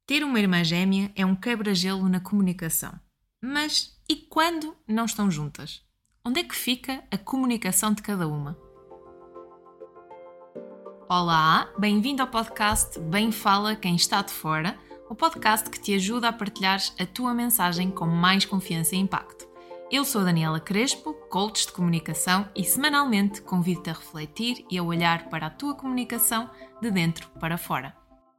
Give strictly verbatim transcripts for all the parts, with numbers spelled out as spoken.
Ter uma irmã gêmea é um quebra-gelo na comunicação. Mas e quando não estão juntas? Onde é que fica a comunicação de cada uma? Olá, bem-vindo ao podcast Bem Fala Quem Está de Fora, o podcast que te ajuda a partilhares a tua mensagem com mais confiança e impacto. Eu sou a Daniela Crespo, coach de comunicação, e semanalmente convido-te a refletir e a olhar para a tua comunicação de dentro para fora.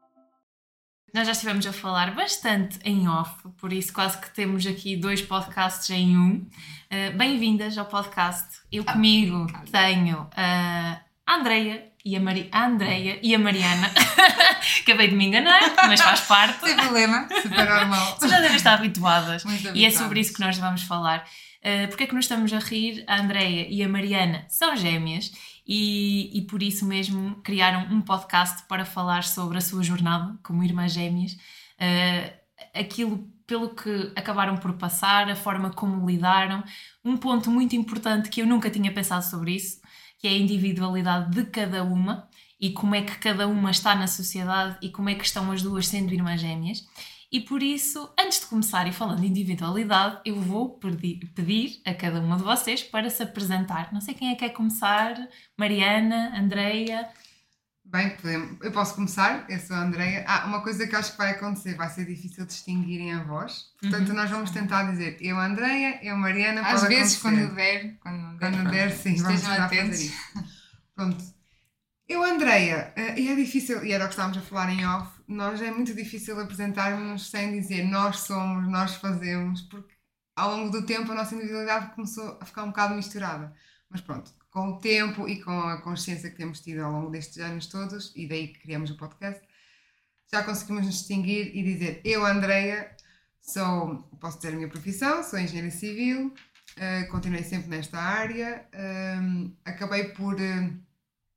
Nós já estivemos a falar bastante em off, por isso quase que temos aqui dois podcasts em um. Uh, bem-vindas ao podcast. Eu comigo tenho a Andreia e a, Mari... a Andreia e a Mariana. Acabei de me enganar, mas faz parte. Sem problema, super normal. Vocês já devem estar habituadas. Muito E habituadas. é sobre isso que nós vamos falar. Uh, porque é que nos estamos a rir? A Andreia e a Mariana são gêmeas. E, e por isso mesmo criaram um podcast para falar sobre a sua jornada como irmãs gêmeas, uh, aquilo pelo que acabaram por passar, a forma como lidaram. Um ponto muito importante que eu nunca tinha pensado sobre isso, que é a individualidade de cada uma e como é que cada uma está na sociedade e como é que estão as duas sendo irmãs gêmeas. E por isso, antes de começar e falando de individualidade, eu vou pedir, pedir a cada uma de vocês para se apresentar. Não sei quem é que quer começar. Mariana, Andreia. Bem, podemos. Eu posso começar, eu sou a Andreia. Ah, uma coisa que acho que vai acontecer, vai ser difícil distinguirem a voz. Portanto, uhum. Nós vamos tentar dizer eu Andreia, eu Mariana. Às vezes, acontecer. quando der, quando der, quando der sim, vamos tentar fazer isso. Pronto. Eu, Andreia, e é difícil, e era o que estávamos a falar em off, nós é muito difícil apresentarmos sem dizer nós somos, nós fazemos, porque ao longo do tempo a nossa individualidade começou a ficar um bocado misturada. Mas pronto, com o tempo e com a consciência que temos tido ao longo destes anos todos, e daí que criamos o podcast, já conseguimos nos distinguir e dizer eu, Andreia, sou, posso dizer a minha profissão, sou engenheira civil, uh, continuei sempre nesta área, uh, acabei por... Uh,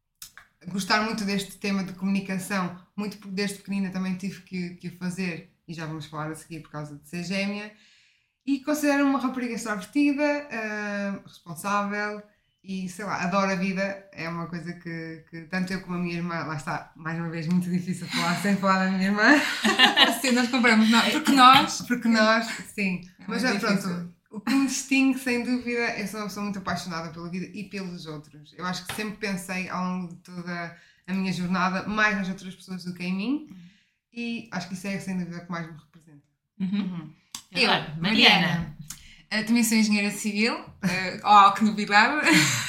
gostar muito deste tema de comunicação, muito porque desde pequenina também tive que, que o fazer, e já vamos falar a seguir por causa de ser gêmea, e considero-me uma rapariga extrovertida, uh, responsável, e sei lá, adoro a vida, é uma coisa que, que tanto eu como a minha irmã, lá está, mais uma vez muito difícil falar sem falar da minha irmã. Sim, nós compramos, não, porque nós, porque nós, sim, é mas já difícil. Pronto. O que me distingue, sem dúvida, eu sou uma pessoa muito apaixonada pela vida e pelos outros. Eu acho que sempre pensei ao longo de toda a minha jornada mais nas outras pessoas do que em mim, e acho que isso é, sem dúvida, o que mais me representa. Uhum. Uhum. Eu, Mariana, Mariana. Uh, também sou engenheira civil, uh, oh, que novidade,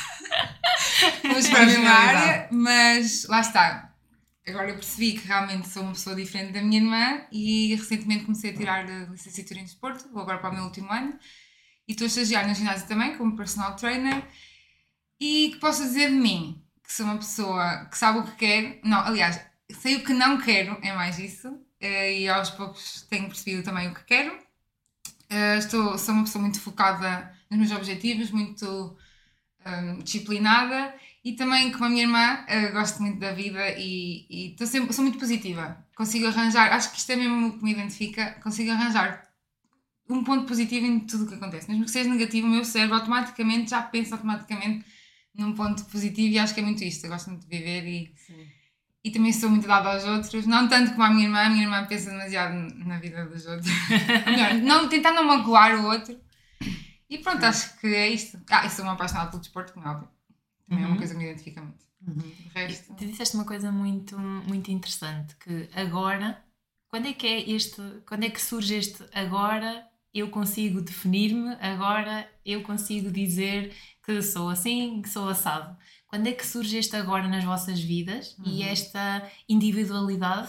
mas para a mesma área, mas lá está. Agora eu percebi que realmente sou uma pessoa diferente da minha irmã e recentemente comecei a tirar a licenciatura em desporto, vou agora para o meu último ano. E estou a estagiar na ginásio também, como personal trainer. E que posso dizer de mim? Que sou uma pessoa que sabe o que quer. Não, aliás, sei o que não quero, é mais isso. E aos poucos tenho percebido também o que quero. Estou, sou uma pessoa muito focada nos meus objetivos, muito um, disciplinada. E também, como a minha irmã, gosto muito da vida e, e estou sempre, sou muito positiva. Consigo arranjar, acho que isto é mesmo o que me identifica, consigo arranjar um ponto positivo em tudo o que acontece. Mesmo que seja negativo, o meu cérebro automaticamente já pensa automaticamente num ponto positivo e acho que é muito isto. Eu gosto muito de viver e, e também sou muito dada aos outros. Não tanto como a minha irmã, a minha irmã pensa demasiado na vida dos outros. Melhor, não, tentar não magoar o outro. E pronto, Sim. Acho que é isto. Ah, eu sou uma apaixonada pelo desporto, como é óbvio. Também uhum. é uma coisa que me identifica muito. Uhum. O resto... Tu disseste uma coisa muito, muito interessante, que agora, quando é que é este, quando é que surge este agora... eu consigo definir-me, agora eu consigo dizer que sou assim, que sou assado. Quando é que surge este agora nas vossas vidas uhum. e esta individualidade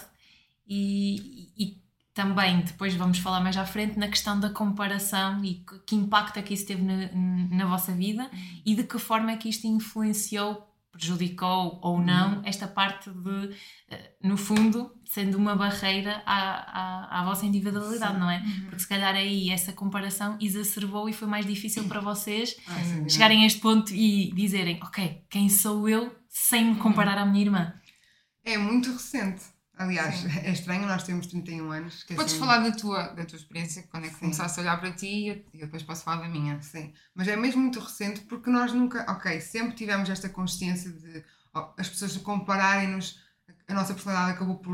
e, e também, depois vamos falar mais à frente, na questão da comparação e que, que impacto é que isso teve na, na vossa vida uhum. e de que forma é que isto influenciou, prejudicou ou não uhum. esta parte de, no fundo, sendo uma barreira à, à, à vossa individualidade, sim. não é? Uhum. Porque se calhar aí essa comparação exacerbou e foi mais difícil para vocês ah, chegarem a este ponto e dizerem, ok, quem sou eu sem me comparar uhum. à minha irmã? É muito recente. Aliás, sim. é estranho, nós temos trinta e um anos. Que Podes assim... falar da tua, da tua experiência, quando é que sim. começaste a olhar para ti e eu, eu depois posso falar da minha. Sim, mas é mesmo muito recente porque nós nunca, ok, sempre tivemos esta consciência de oh, as pessoas compararem-nos, a nossa personalidade acabou por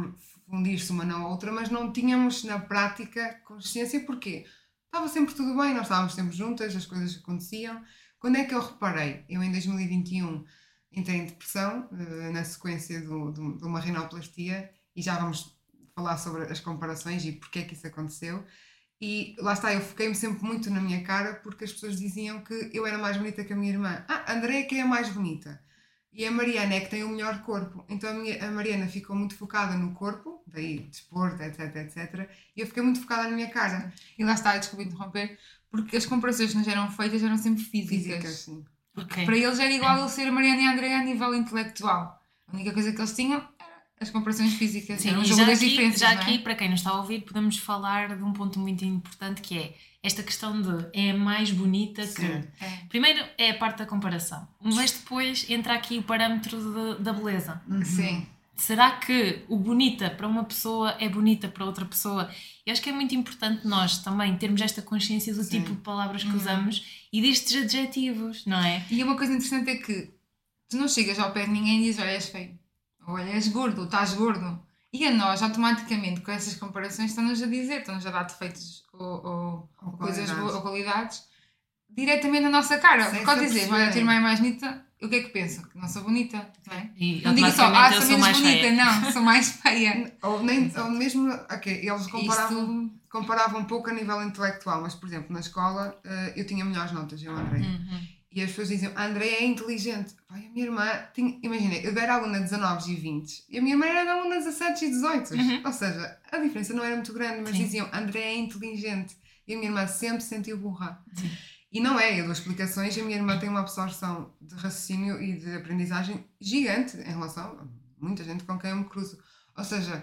fundir-se uma na outra, mas não tínhamos na prática consciência. Porquê? Estava sempre tudo bem, nós estávamos sempre juntas, as coisas aconteciam. Quando é que eu reparei? Eu em dois mil e vinte e um entrei em depressão, na sequência do, do, de uma rinoplastia, e já vamos falar sobre as comparações e porque é que isso aconteceu. E lá está, eu foquei-me sempre muito na minha cara, porque as pessoas diziam que eu era mais bonita que a minha irmã. Ah, a Andréia que é a mais bonita. E a Mariana é que tem o melhor corpo. Então a, minha, a Mariana ficou muito focada no corpo, daí desporto, etc, etcétera. E eu fiquei muito focada na minha cara. E lá está, desculpa interromper, porque as comparações que nos eram feitas eram sempre físicas. Físicas, sim. Okay. Para eles era igual eu ser a Mariana e a Andréia a nível intelectual. A única coisa que eles tinham era as comparações físicas. Sim, eram um já jogo das aqui, diferenças, já não é? aqui, para quem nos está a ouvir, podemos falar de um ponto muito importante, que é esta questão de é mais bonita que... É. Primeiro é a parte da comparação, mas depois entra aqui o parâmetro de, da beleza. Uhum. Sim. Será que o bonita para uma pessoa é bonita para outra pessoa? Eu acho que é muito importante nós também termos esta consciência do Sim. tipo de palavras que Uhum. usamos e destes adjetivos, não é? E uma coisa interessante é que tu não chegas ao pé de ninguém e dizes, olha, és feio, ou olha, és gordo, ou estás gordo. E a nós, automaticamente, com essas comparações, estão-nos a dizer, estão-nos a dar defeitos ou, ou, ou coisas qualidades. boas, ou qualidades, diretamente na nossa cara. Sem Porque ao se dizer, aperceberem. olha, a tua irmã é mais bonita, eu o que é que penso? Que não sou bonita, não é? E Não digo só, ah, automaticamente eu sou sou menos mais bonita, feia. não, sou mais feia. Ou, nem, ou mesmo, ok, eles comparavam, Isto- comparavam um pouco a nível intelectual, mas, por exemplo, na escola eh, eu tinha melhores notas, eu, André. Uhum. E as pessoas diziam, a Andréia é inteligente. Pai, a minha irmã, tinha, imagina, eu era aluna dezanove e vinte e a minha irmã era aluna dezessete e dezoito. Uhum. Ou seja, a diferença não era muito grande, mas Sim. diziam, a Andréia é inteligente. E a minha irmã sempre se sentiu burra. Sim. E não é, eu dou explicações, a minha irmã tem uma absorção de raciocínio e de aprendizagem gigante em relação a muita gente com quem eu me cruzo. Ou seja,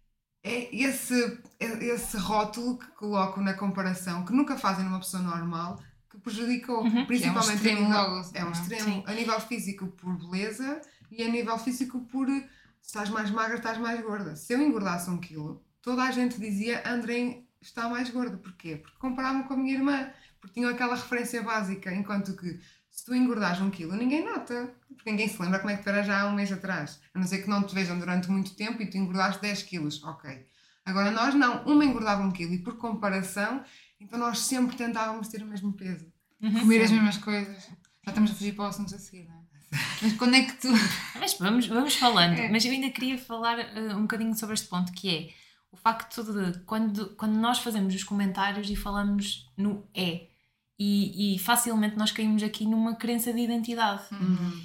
é esse, é esse rótulo que coloco na comparação, que nunca fazem numa pessoa normal, que prejudicou, Uhum. principalmente Que é um extremo a nível, logo, é um não é? extremo, Sim. a nível físico por beleza e a nível físico por se estás mais magra, estás mais gorda. Se eu engordasse um quilo, toda a gente dizia André está mais gorda. Porquê? Porque comparavam com a minha irmã, porque tinham aquela referência básica, enquanto que se tu engordares um quilo, ninguém nota, porque ninguém se lembra como é que tu eras já há um mês atrás, a não ser que não te vejam durante muito tempo e tu engordaste dez quilos, ok. Agora nós não, uma engordava um quilo e por comparação, então nós sempre tentávamos ter o mesmo peso. Uhum. Comer as mesmas coisas. Já estamos a fugir para o assunto a seguir, não é? Mas quando é que tu... Mas vamos, vamos falando. É. Mas eu ainda queria falar uh, um bocadinho sobre este ponto, que é o facto de quando, quando nós fazemos os comentários e falamos no é, e, e facilmente nós caímos aqui numa crença de identidade. Uhum.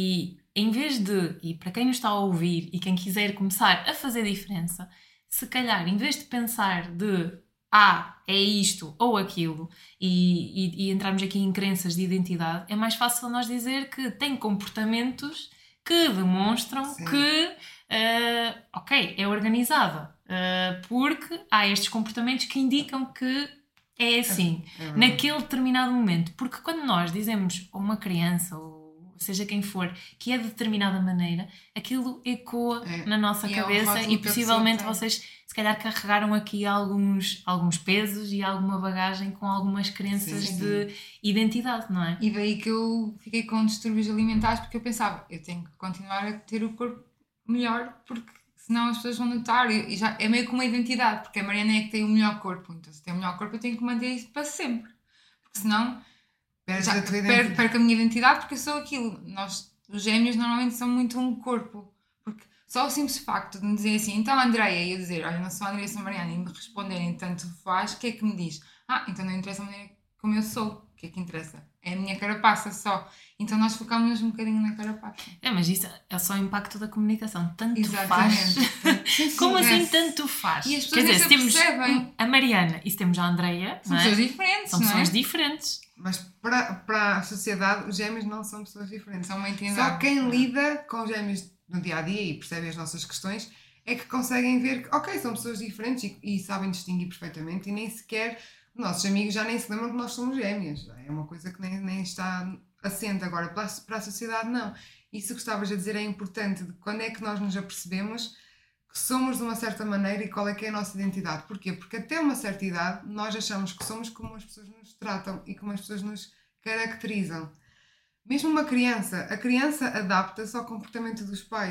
E em vez de, e para quem nos está a ouvir e quem quiser começar a fazer diferença, se calhar em vez de pensar de ah, é isto ou aquilo e, e, e entrarmos aqui em crenças de identidade, é mais fácil nós dizer que tem comportamentos que demonstram Sim. que uh, ok, é organizada uh, porque há estes comportamentos que indicam que é assim, É verdade. naquele determinado momento. Porque quando nós dizemos a uma criança ou seja quem for, que é de determinada maneira, aquilo ecoa É. na nossa E é um cabeça rótulo e que a possivelmente pessoa tem. vocês se calhar carregaram aqui alguns, alguns pesos e alguma bagagem com algumas crenças Sim, sim. de identidade, não é? E daí que eu fiquei com distúrbios alimentares, porque eu pensava, eu tenho que continuar a ter o corpo melhor, porque senão as pessoas vão notar, e e já é meio que uma identidade, porque a Mariana é que tem o melhor corpo, então se tem o melhor corpo eu tenho que manter isso para sempre, porque senão Perdes já a tua perco, identidade. perco a minha identidade, porque eu sou aquilo. Nós, os gêmeos, normalmente são muito um corpo, porque só o simples facto de me dizer assim, então Andréia, e eu dizer, olha, não sou a Andréia, sou a Mariana, e me responderem tanto faz, o que é que me diz? Ah, então não interessa a maneira como eu sou, o que é que interessa? É a minha carapaça só. Então nós focamos um bocadinho na carapaça. É, mas isso é só o impacto da comunicação. Tanto Exatamente. faz. Como assim Sim. tanto faz? E as pessoas Quer dizer, se nem temos se percebem. a Mariana e se temos a Andreia, São não é? pessoas diferentes, São não é? pessoas diferentes. Mas para, para a sociedade, os gêmeos não são pessoas diferentes. São uma entidade. Só quem lida com os gêmeos no dia a dia e percebe as nossas questões é que conseguem ver que, ok, são pessoas diferentes e, e sabem distinguir perfeitamente e nem sequer, nossos amigos já nem se lembram que nós somos gêmeos. É uma coisa que nem, nem está assente agora. Para a, para a sociedade, não. Isso que estavas a dizer é importante, de quando é que nós nos apercebemos que somos de uma certa maneira e qual é que é a nossa identidade. Porquê? Porque até uma certa idade nós achamos que somos como as pessoas nos tratam e como as pessoas nos caracterizam. Mesmo uma criança, a criança adapta-se ao comportamento dos pais.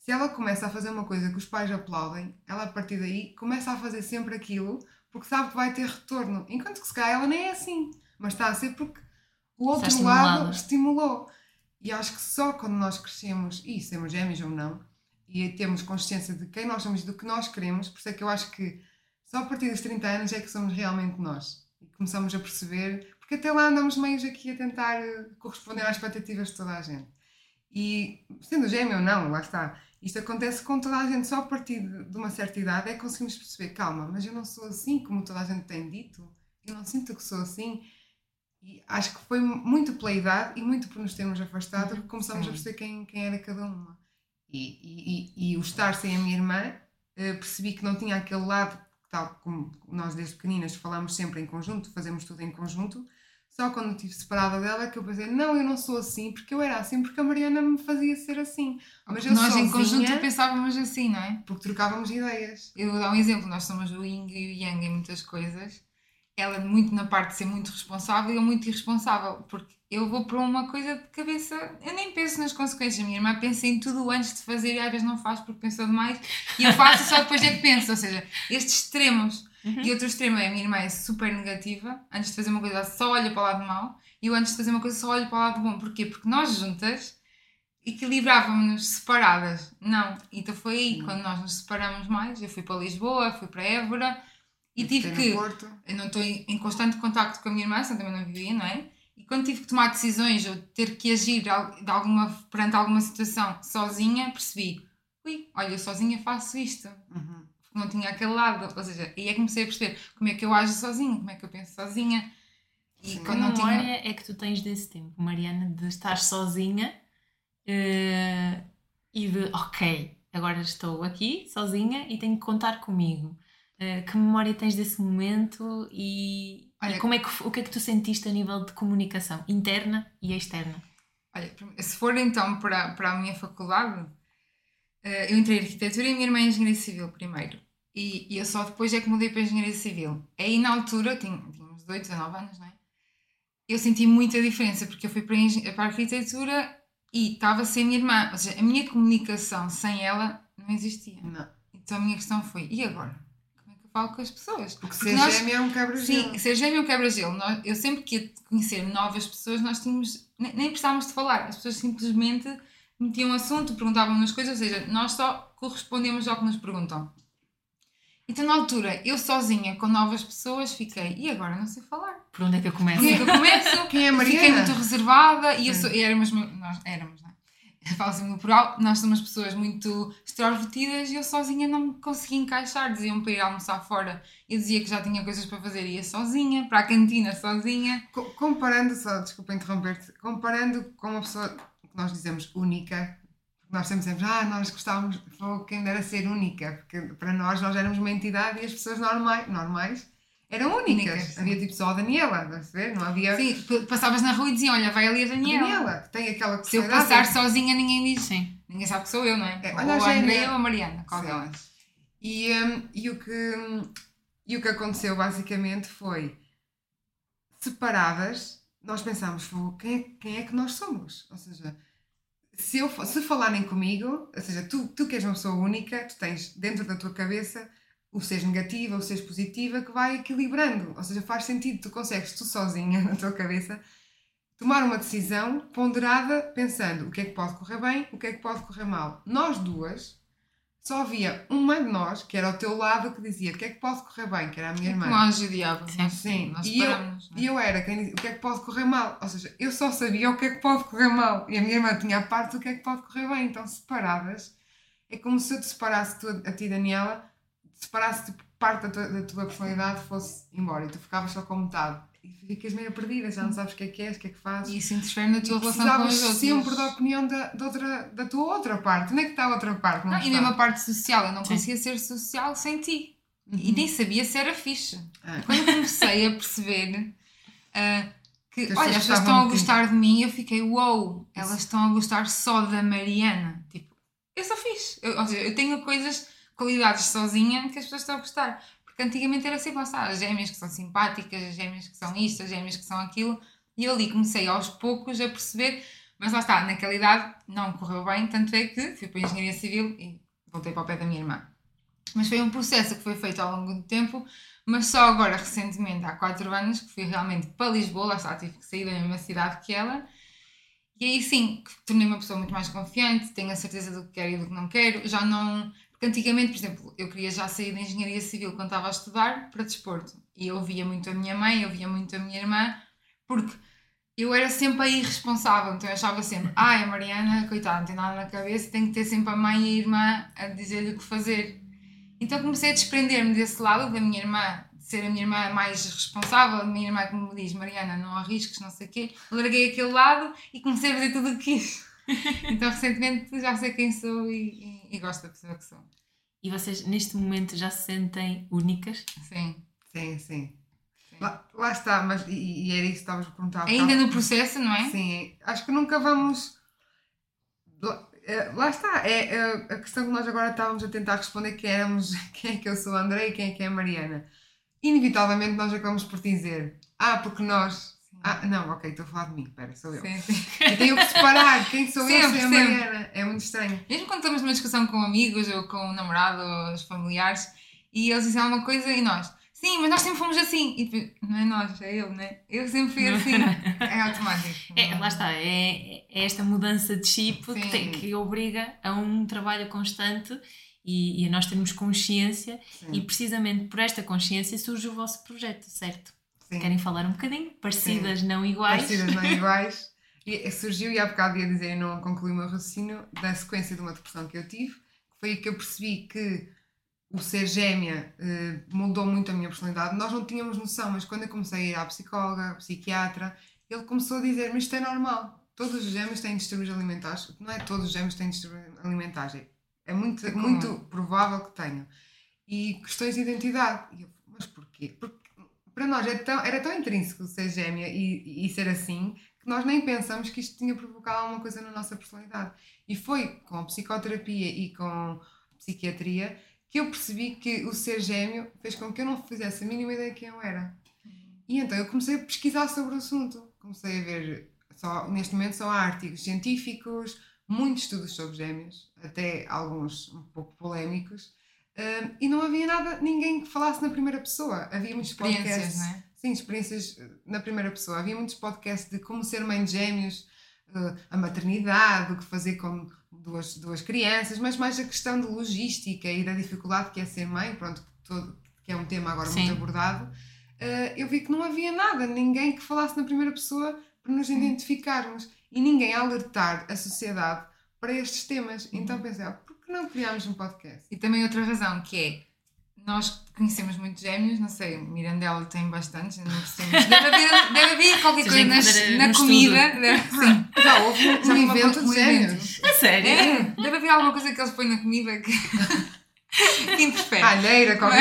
se ela começa a fazer uma coisa que os pais aplaudem, ela a partir daí começa a fazer sempre aquilo porque sabe que vai ter retorno. Enquanto que se calhar ela nem é assim, mas está a ser porque o outro lado estimulou. E acho que só quando nós crescemos, e somos gêmeos ou não, e temos consciência de quem nós somos e do que nós queremos, por isso é que eu acho que só a partir dos trinta anos é que somos realmente nós. E começamos a perceber, porque até lá andamos meios aqui a tentar corresponder às expectativas de toda a gente. E sendo gêmeo ou não, lá está. Isto acontece com toda a gente, só a partir de uma certa idade é que conseguimos perceber, calma, mas eu não sou assim como toda a gente tem dito, eu não sinto que sou assim. E acho que foi muito pela idade e muito por nos termos afastado que começamos Sim. a perceber quem, quem era cada uma. E, e, e, e o estar sem a minha irmã, percebi que não tinha aquele lado, tal como nós desde pequeninas falamos sempre em conjunto, fazemos tudo em conjunto. Só quando estive separada dela que eu pensei, não, eu não sou assim, porque eu era assim, porque a Mariana me fazia ser assim. Mas eu nós sozinha, em conjunto pensávamos assim, não é? Porque trocávamos ideias. Eu vou dar um exemplo, nós somos o yin e o yang em muitas coisas. Ela muito na parte de ser muito responsável e eu muito irresponsável, porque eu vou para uma coisa de cabeça, eu nem penso nas consequências, a minha irmã pensa em tudo antes de fazer e às vezes não faz porque pensou demais e eu faço só depois é que penso, ou seja, estes extremos. Uhum. E outro extremo é a minha irmã é super negativa, antes de fazer uma coisa só olha para o lado mau e eu antes de fazer uma coisa só olho para o lado bom. Porquê? Porque nós juntas equilibrávamos-nos separadas, não, então foi aí uhum. quando nós nos separamos mais, eu fui para Lisboa, fui para Évora. E eu tive que, eu não estou em, em constante contacto com a minha irmã, senão também não vivia, não é? E quando tive que tomar decisões ou ter que agir de alguma, perante alguma situação sozinha, percebi, ui, olha, eu sozinha faço isto. Uhum. Porque não tinha aquele lado, ou seja, aí é que comecei a perceber como é que eu ajo sozinha, como é que eu penso sozinha. E Sim, quando não memória tinha... é que tu tens desse tempo, Mariana, de estar sozinha uh, e de, ok, agora estou aqui sozinha e tenho que contar comigo. Uh, que memória tens desse momento e, olha, e como é que, o que é que tu sentiste a nível de comunicação interna e externa? Olha, se for então para, para a minha faculdade, uh, eu entrei em arquitetura e a minha irmã em engenharia civil primeiro e, e eu só depois é que mudei para a engenharia civil. Aí na altura, tinha, tinha uns dezoito, dezanove anos, não é? Eu senti muita diferença porque eu fui para a, para a arquitetura e estava sem a minha irmã, ou seja, a minha comunicação sem ela não existia. Não. Então a minha questão foi, e agora? Falo com as pessoas. Porque, Porque ser nós, gêmeo é um quebra-gelo. Sim, ser gêmeo é um quebra-gelo. Nós, eu sempre que ia conhecer novas pessoas, nós tínhamos, nem, nem precisávamos de falar. As pessoas simplesmente metiam assunto, perguntavam-nos coisas, ou seja, nós só correspondemos ao que nos perguntam. Então, na altura, eu sozinha com novas pessoas fiquei, e agora não sei falar. Por onde é que eu começo? Por onde é que eu começo? Quem é a Mariana? Fiquei muito reservada e, eu sou, e éramos, nós éramos, não é? Falo assim no plural, nós somos pessoas muito extrovertidas e eu sozinha não me conseguia encaixar. Diziam para ir almoçar fora, eu dizia que já tinha coisas para fazer e ia sozinha, para a cantina sozinha. Co- comparando, só, desculpa interromper-te, comparando com uma pessoa que nós dizemos única, nós sempre dizemos, ah, nós gostávamos, foi quem dera ser única, porque para nós, nós éramos uma entidade e as pessoas normais, normais eram únicas. únicas havia tipo só a Daniela, estás a ver? Não havia... Sim, passavas na rua e diziam, olha, vai ali a Daniela. A Daniela, que tem aquela Se eu passar é... sozinha, ninguém diz. Sim. Ninguém sabe que sou eu, não é? é ou a Andreia ou a Mariana, qual delas. E, um, e, o que, e o que aconteceu basicamente foi, separadas, nós pensámos, quem é, quem é que nós somos? Ou seja, se, eu, se falarem comigo, ou seja, tu, tu que és uma pessoa única, tu tens dentro da tua cabeça o seres negativa, o seres positiva, que vai equilibrando. Ou seja, faz sentido, tu consegues, tu sozinha, na tua cabeça, tomar uma decisão ponderada, pensando o que é que pode correr bem, o que é que pode correr mal. Nós duas, só havia uma de nós, que era ao teu lado, que dizia o que é que pode correr bem, que era a minha irmã. Nós judiávamos. Sim, sim. Nós e, eu, é? e eu era quem dizia o que é que pode correr mal. Ou seja, eu só sabia o que é que pode correr mal. E a minha irmã tinha a parte do que é que pode correr bem. Então, separadas, é como se eu te separasse tu, a ti, Daniela, separasse tipo, parte da tua, da tua personalidade fosse embora e tu ficavas só com metade e ficas meio perdida, já não sabes o que é que és, o que é que fazes e isso interfere na tua relação com os outros. Sempre da opinião da, da, outra, da tua outra parte. Onde é que está a outra parte? Não não, e mesmo a parte social, eu não Sim. conseguia ser social sem ti uhum. e nem sabia se era fixe ah. Quando comecei a perceber uh, que, que olha, as pessoas estão a gostar de mim, eu fiquei, uou, wow, elas estão a gostar só da Mariana, tipo, eu sou fixe, eu, ou seja, eu tenho coisas, qualidades sozinha que as pessoas estão a gostar. Porque antigamente era sempre assim, as gêmeas que são simpáticas, as gêmeas que são isto, as gêmeas que são aquilo. E eu ali comecei aos poucos a perceber, Mas lá está, naquela idade não correu bem, tanto é que fui para a Engenharia Civil e voltei para o pé da minha irmã. Mas foi um processo que foi feito ao longo do tempo, mas só agora, recentemente, há quatro anos, que fui realmente para Lisboa, lá está, tive que sair da mesma cidade que ela, e aí sim, tornei uma pessoa muito mais confiante, tenho a certeza do que quero e do que não quero, já não... Porque antigamente, por exemplo, eu queria já sair da Engenharia Civil quando estava a estudar para desporto, e eu ouvia muito a minha mãe, eu ouvia muito a minha irmã, porque eu era sempre a irresponsável, então eu achava sempre, ai, a Mariana, coitada, não tem nada na cabeça, tem que ter sempre a mãe e a irmã a dizer-lhe o que fazer. Então comecei a desprender-me desse lado, da minha irmã, de ser a minha irmã mais responsável, a minha irmã que me diz, Mariana, não arrisques, não sei o quê, larguei aquele lado e comecei a fazer tudo o que quis. Então recentemente já sei quem sou e, e, e gosto da pessoa que sou. E vocês neste momento já se sentem únicas? Sim. Sim, sim. Lá, lá está, mas e, e era isso que estavas a perguntar. Ainda no processo, não é? Sim, acho que nunca vamos... Lá, lá está, é, é a questão que nós agora estávamos a tentar responder, que éramos quem é que eu sou a André e quem é que é a Mariana. Inevitavelmente nós acabamos por dizer, ah, porque nós... Ah, não, ok, estou a falar de mim, espera, sou eu. Sim, sim. Eu tenho que separar quem sou eu Sempre, e a sempre. Mariana. É muito estranho. Mesmo quando estamos numa discussão com amigos ou com o namorado ou os familiares e eles dizem alguma coisa e nós, sim, mas nós sempre fomos assim. E depois, não é nós, é ele, né? Eu sempre fui assim. É automático. É, lá está, é, é esta mudança de chip que, tem, que obriga a um trabalho constante e, e a nós termos consciência. Sim. E precisamente por esta consciência surge o vosso projeto, certo? Sim. Querem falar um bocadinho? Parecidas, sim. Não iguais. Parecidas, não iguais. E surgiu, e há bocado ia dizer, e não concluí o meu raciocínio, da sequência de uma depressão que eu tive, que foi aí que eu percebi que o ser gêmea eh, moldou muito a minha personalidade. Nós não tínhamos noção, mas quando eu comecei a ir à psicóloga, à psiquiatra, ele começou a dizer-me, isto é normal, todos os gêmeos têm distúrbios alimentares. Não é todos os gêmeos têm distúrbios alimentares, é, é muito, é muito provável que tenham. E questões de identidade. E eu, mas porquê? Porque para nós era tão, era tão intrínseco ser gêmea e, e ser assim, que nós nem pensamos que isto tinha provocado alguma coisa na nossa personalidade. E foi com a psicoterapia e com a psiquiatria que eu percebi que o ser gêmeo fez com que eu não fizesse a mínima ideia de quem eu era. E então eu comecei a pesquisar sobre o assunto. Comecei a ver, só, neste momento só há artigos científicos, muitos estudos sobre gêmeos, até alguns um pouco polémicos. Uh, e não havia nada, ninguém que falasse na primeira pessoa. Havia muitos podcasts, não é? Sim, experiências na primeira pessoa. Havia muitos podcasts de como ser mãe de gêmeos, uh, a maternidade, o que fazer com duas, duas crianças, mas mais a questão de logística e da dificuldade que é ser mãe, pronto, todo, que é um tema agora Sim. muito abordado. Uh, eu vi que não havia nada, ninguém que falasse na primeira pessoa para nos Sim. identificarmos e ninguém a alertar a sociedade para estes temas. Uhum. Então pensei, por que não criámos um podcast? E também outra razão, que é, nós conhecemos muitos gêmeos, não sei, Mirandela tem bastantes, não percebemos. Deve haver, deve haver qualquer coisa nas, na comida. Deve, sim. Já houve já um, um evento de gêmeos. A sério? É, deve haver alguma coisa que eles põem na comida que, que interfere. Alheira, qualquer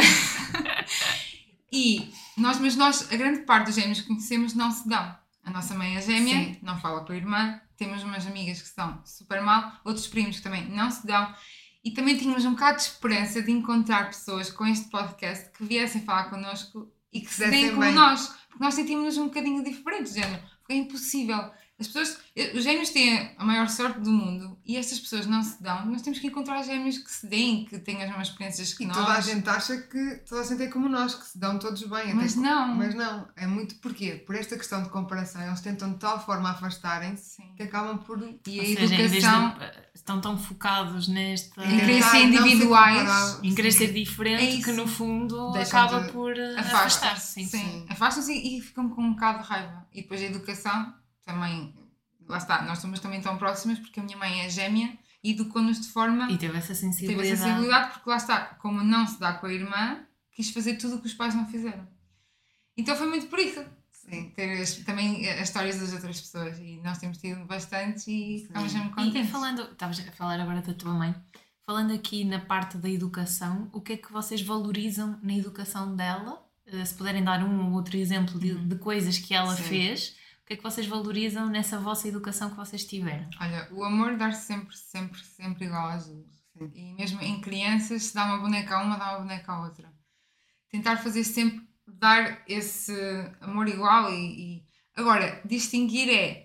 E nós, mas nós, a grande parte dos gêmeos que conhecemos não se dão. A nossa mãe é gêmea, sim. Não fala com a irmã, temos umas amigas que estão super mal, outros primos que também não se dão. E também tínhamos um bocado de esperança de encontrar pessoas com este podcast que viessem falar connosco e que se deem como bem. Nós. Porque nós sentimos-nos um bocadinho diferentes, género. Porque é impossível. As pessoas, os gêmeos têm a maior sorte do mundo e estas pessoas não se dão. Nós temos que encontrar gêmeos que se deem, que tenham as mesmas experiências que e nós. Toda a gente acha que toda a gente é como nós, que se dão todos bem. Mas até não. Com, mas não. É muito porquê? Por esta questão de comparação, eles tentam de tal forma afastarem-se que acabam por... E a Ou seja, educação... De, estão tão focados nesta... Em querer ser individuais. Em querer ser diferente, é que no fundo Deixam acaba de... por afastar-se. Sim, sim. sim. Afastam-se e ficam com um bocado de raiva. E depois a educação também... Lá está, nós somos também tão próximas porque a minha mãe é gêmea e educou-nos de forma... E teve essa sensibilidade. Teve essa sensibilidade porque lá está, como não se dá com a irmã, quis fazer tudo o que os pais não fizeram. Então foi muito por isso. Sim. Ter as, também as histórias das outras pessoas e nós temos tido bastante e ficamos mesmo contentes. E, e falando, estavas a falar agora da tua mãe, falando aqui na parte da educação, o que é que vocês valorizam na educação dela? Se puderem dar um ou outro exemplo de, de coisas que ela Sim. fez... O que é que vocês valorizam nessa vossa educação que vocês tiveram? Olha, o amor dar-se sempre, sempre, sempre igual às duas. Sim. E mesmo em crianças, se dá uma boneca a uma, dá uma boneca à outra. Tentar fazer sempre, dar esse amor igual e... e... Agora, distinguir é,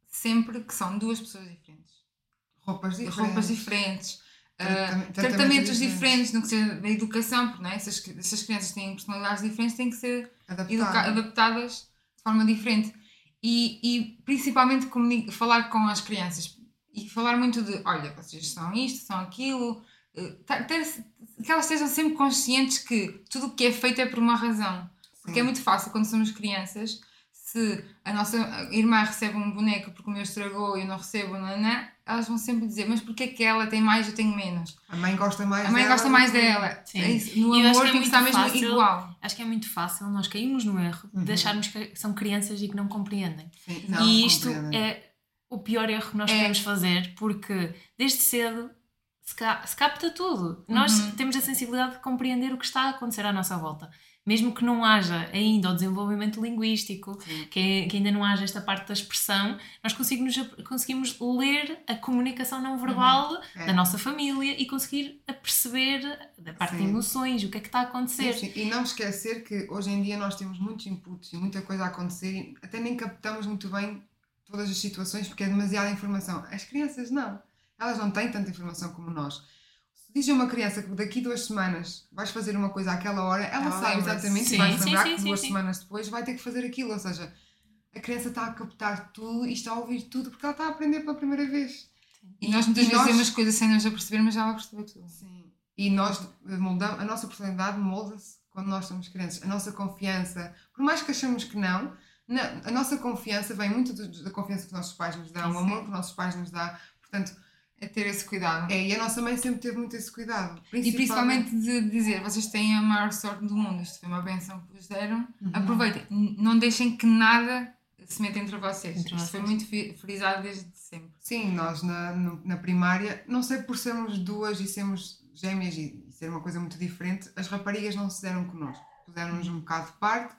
sempre que são duas pessoas diferentes. Roupas diferentes. Roupas diferentes. Tratam- Uh, tratamentos tratamentos diferentes. diferentes no que seja da educação, porque não é? se, as, se as crianças têm personalidades diferentes, têm que ser Adaptado. educa- adaptadas de forma diferente. E, e principalmente comuni- falar com as crianças e falar muito de: olha, vocês são isto, são aquilo, uh, ter, que elas estejam sempre conscientes que tudo o que é feito é por uma razão. Porque Sim. é muito fácil quando somos crianças. Se a nossa irmã recebe um boneco porque o meu estragou e eu não recebo, não, não, elas vão sempre dizer: mas porquê que ela tem mais e eu tenho menos? A mãe gosta mais A mãe dela. gosta mais dela. Sim. É isso. No E eu acho amor que é tem que estar muito mesmo fácil- igual. Acho que é muito fácil nós cairmos no erro Uhum. de acharmos que são crianças e que não compreendem. Sim, não, e isto compreendem. é o pior erro que nós É. podemos fazer, porque desde cedo se, ca- se capta tudo. Nós Uhum. temos a sensibilidade de compreender o que está a acontecer à nossa volta. Mesmo que não haja ainda o desenvolvimento linguístico, que, que ainda não haja esta parte da expressão, nós conseguimos, conseguimos ler a comunicação não verbal É. da nossa família e conseguir a perceber da parte de Sim. emoções, o que é que está a acontecer. Sim, sim. E não esquecer que hoje em dia nós temos muitos inputs e muita coisa a acontecer e até nem captamos muito bem todas as situações porque é demasiada informação. As crianças não. Elas não têm tanta informação como nós. Se diz a uma criança que daqui duas semanas vais fazer uma coisa àquela hora, ela, Ela sabe lembra-se. exatamente Sim, e vai se sim, lembrar sim, que sim, duas sim. semanas depois vai ter que fazer aquilo. Ou seja, a criança está a captar tudo e está a ouvir tudo porque ela está a aprender pela primeira vez. E nós muitas e vezes nós- dizemos coisas sem nos aperceber, mas já vai perceber tudo. Sim. E nós moldamos, a nossa personalidade molda-se quando nós somos crianças. A nossa confiança, por mais que achamos que não, na- a nossa confiança vem muito do- da confiança que os nossos pais nos dão, o Sim. amor que os nossos pais nos dão. Portanto, É ter esse cuidado. é, e a nossa mãe sempre teve muito esse cuidado. E principalmente de dizer: vocês têm a maior sorte do mundo, isto foi uma benção que vos deram, Uhum. aproveitem, N- não deixem que nada se meta entre vocês. Entre isto foi vocês. muito fi- frisado desde sempre. Sim, nós na, no- na primária, não sei por sermos duas e sermos gêmeas e, e ser uma coisa muito diferente, as raparigas não se deram connosco. Puseram-nos um bocado de parte.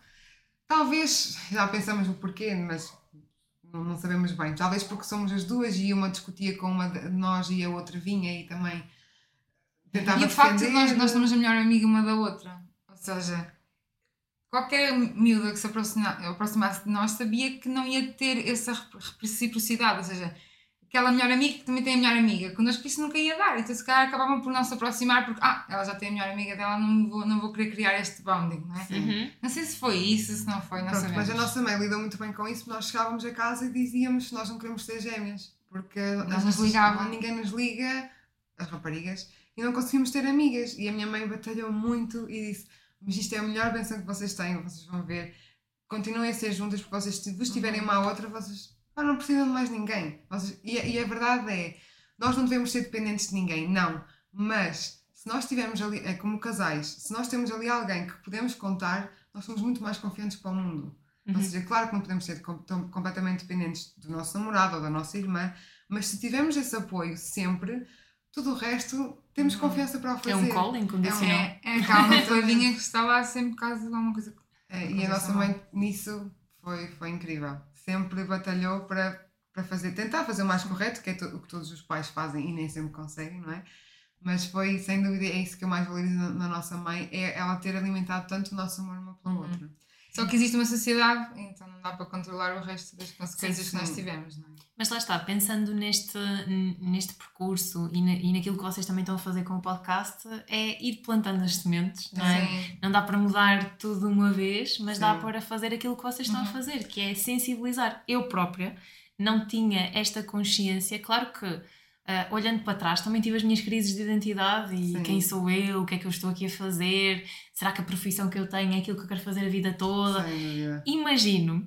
Talvez, já pensamos o porquê, mas não, não sabemos bem. Talvez porque somos as duas e uma discutia com uma de nós e a outra vinha e também tentava E o facto de defender. nós, nós somos a melhor amiga uma da outra, ou seja, qualquer miúda que se aproxima- aproximasse de nós sabia que não ia ter essa reciprocidade, ou seja, aquela melhor amiga que também tem a melhor amiga, connosco isso nunca ia dar, então se calhar acabavam por não se aproximar porque, ah, ela já tem a melhor amiga dela, não vou, não vou querer criar este bonding, não é? Uhum. Não sei se foi isso, se não foi, não Pronto, sabemos. mas a nossa mãe lidou muito bem com isso. Nós chegávamos a casa e dizíamos que nós não queremos ser gêmeas porque as nos nossas- ligavam. ninguém nos liga, as raparigas, e não conseguimos ter amigas. E a minha mãe batalhou muito e disse: mas isto é a melhor benção que vocês têm, vocês vão ver, continuem a ser juntas porque vocês, se vos tiverem uma à outra, vocês ah, não precisam de mais ninguém. Vocês, e, a- e a verdade é, nós não devemos ser dependentes de ninguém, não, mas se nós tivermos ali, é como casais, se nós temos ali alguém que podemos contar, nós somos muito mais confiantes para o mundo. Uhum. Ou seja, claro que não podemos ser com- tão completamente dependentes do nosso namorado ou da nossa irmã, mas se tivermos esse apoio sempre, tudo o resto temos confiança para o fazer. É um colo incondicional. É, é aquela toadinha que está lá sempre caso de alguma coisa. É, e a nossa mãe nisso foi, foi incrível. Sempre batalhou para, para fazer, tentar fazer o mais correto, que é to- o que todos os pais fazem e nem sempre conseguem, não é? Mas foi, sem dúvida, é isso que eu mais valorizo na, na nossa mãe, é ela ter alimentado tanto o nosso amor uma pela Uhum. outra. Só que existe uma sociedade, então não dá para controlar o resto das consequências Sim, que nós sim. tivemos, não é? Mas lá está, pensando neste, neste percurso e, na, e naquilo que vocês também estão a fazer com o podcast, é ir plantando as sementes, não é? Sim. Não dá para mudar tudo de uma vez, mas dá Sim. para fazer aquilo que vocês estão Uhum. a fazer, que é sensibilizar. Eu própria não tinha esta consciência, claro que ah, olhando para trás também tive as minhas crises de identidade e Sim. quem sou eu, o que é que eu estou aqui a fazer, será que a profissão que eu tenho é aquilo que eu quero fazer a vida toda? Sem dúvida. Imagino,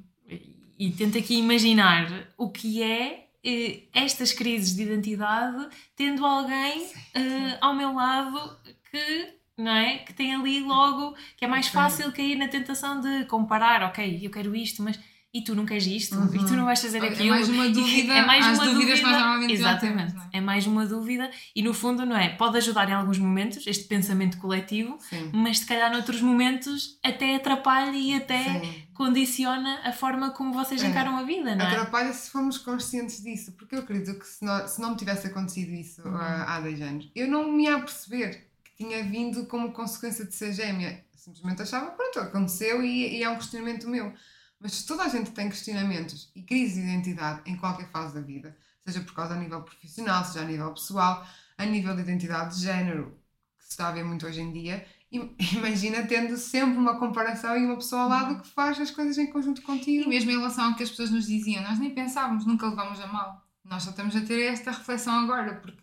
e tento aqui imaginar o que é eh, estas crises de identidade tendo alguém eh, ao meu lado que, não é, que tem ali logo, que é mais Sim. fácil cair na tentação de comparar, ok, eu quero isto, mas e tu não queres isto? Uhum. E tu não vais fazer É aquilo? mais uma E- dúvida é mais às uma dúvidas que nós dúvida- normalmente já Exatamente, temos, não é? é mais uma dúvida e no fundo, não é, pode ajudar em alguns momentos este pensamento coletivo, Sim. mas se calhar noutros momentos até atrapalha e até Sim. condiciona a forma como vocês É. encaram a vida, não é? Atrapalha se formos conscientes disso, porque eu acredito que se não, se não me tivesse acontecido isso Uhum. há, há dez anos, eu não me ia perceber que tinha vindo como consequência de ser gêmea. Simplesmente achava, pronto, aconteceu e, e é um questionamento meu. Mas se toda a gente tem questionamentos e crises de identidade em qualquer fase da vida, seja por causa a nível profissional, seja a nível pessoal, a nível de identidade de género, que se está a ver muito hoje em dia, imagina tendo sempre uma comparação e uma pessoa ao lado que faz as coisas em conjunto contigo. E mesmo em relação ao que as pessoas nos diziam, nós nem pensávamos, nunca levamos a mal. Nós só estamos a ter esta reflexão agora, porque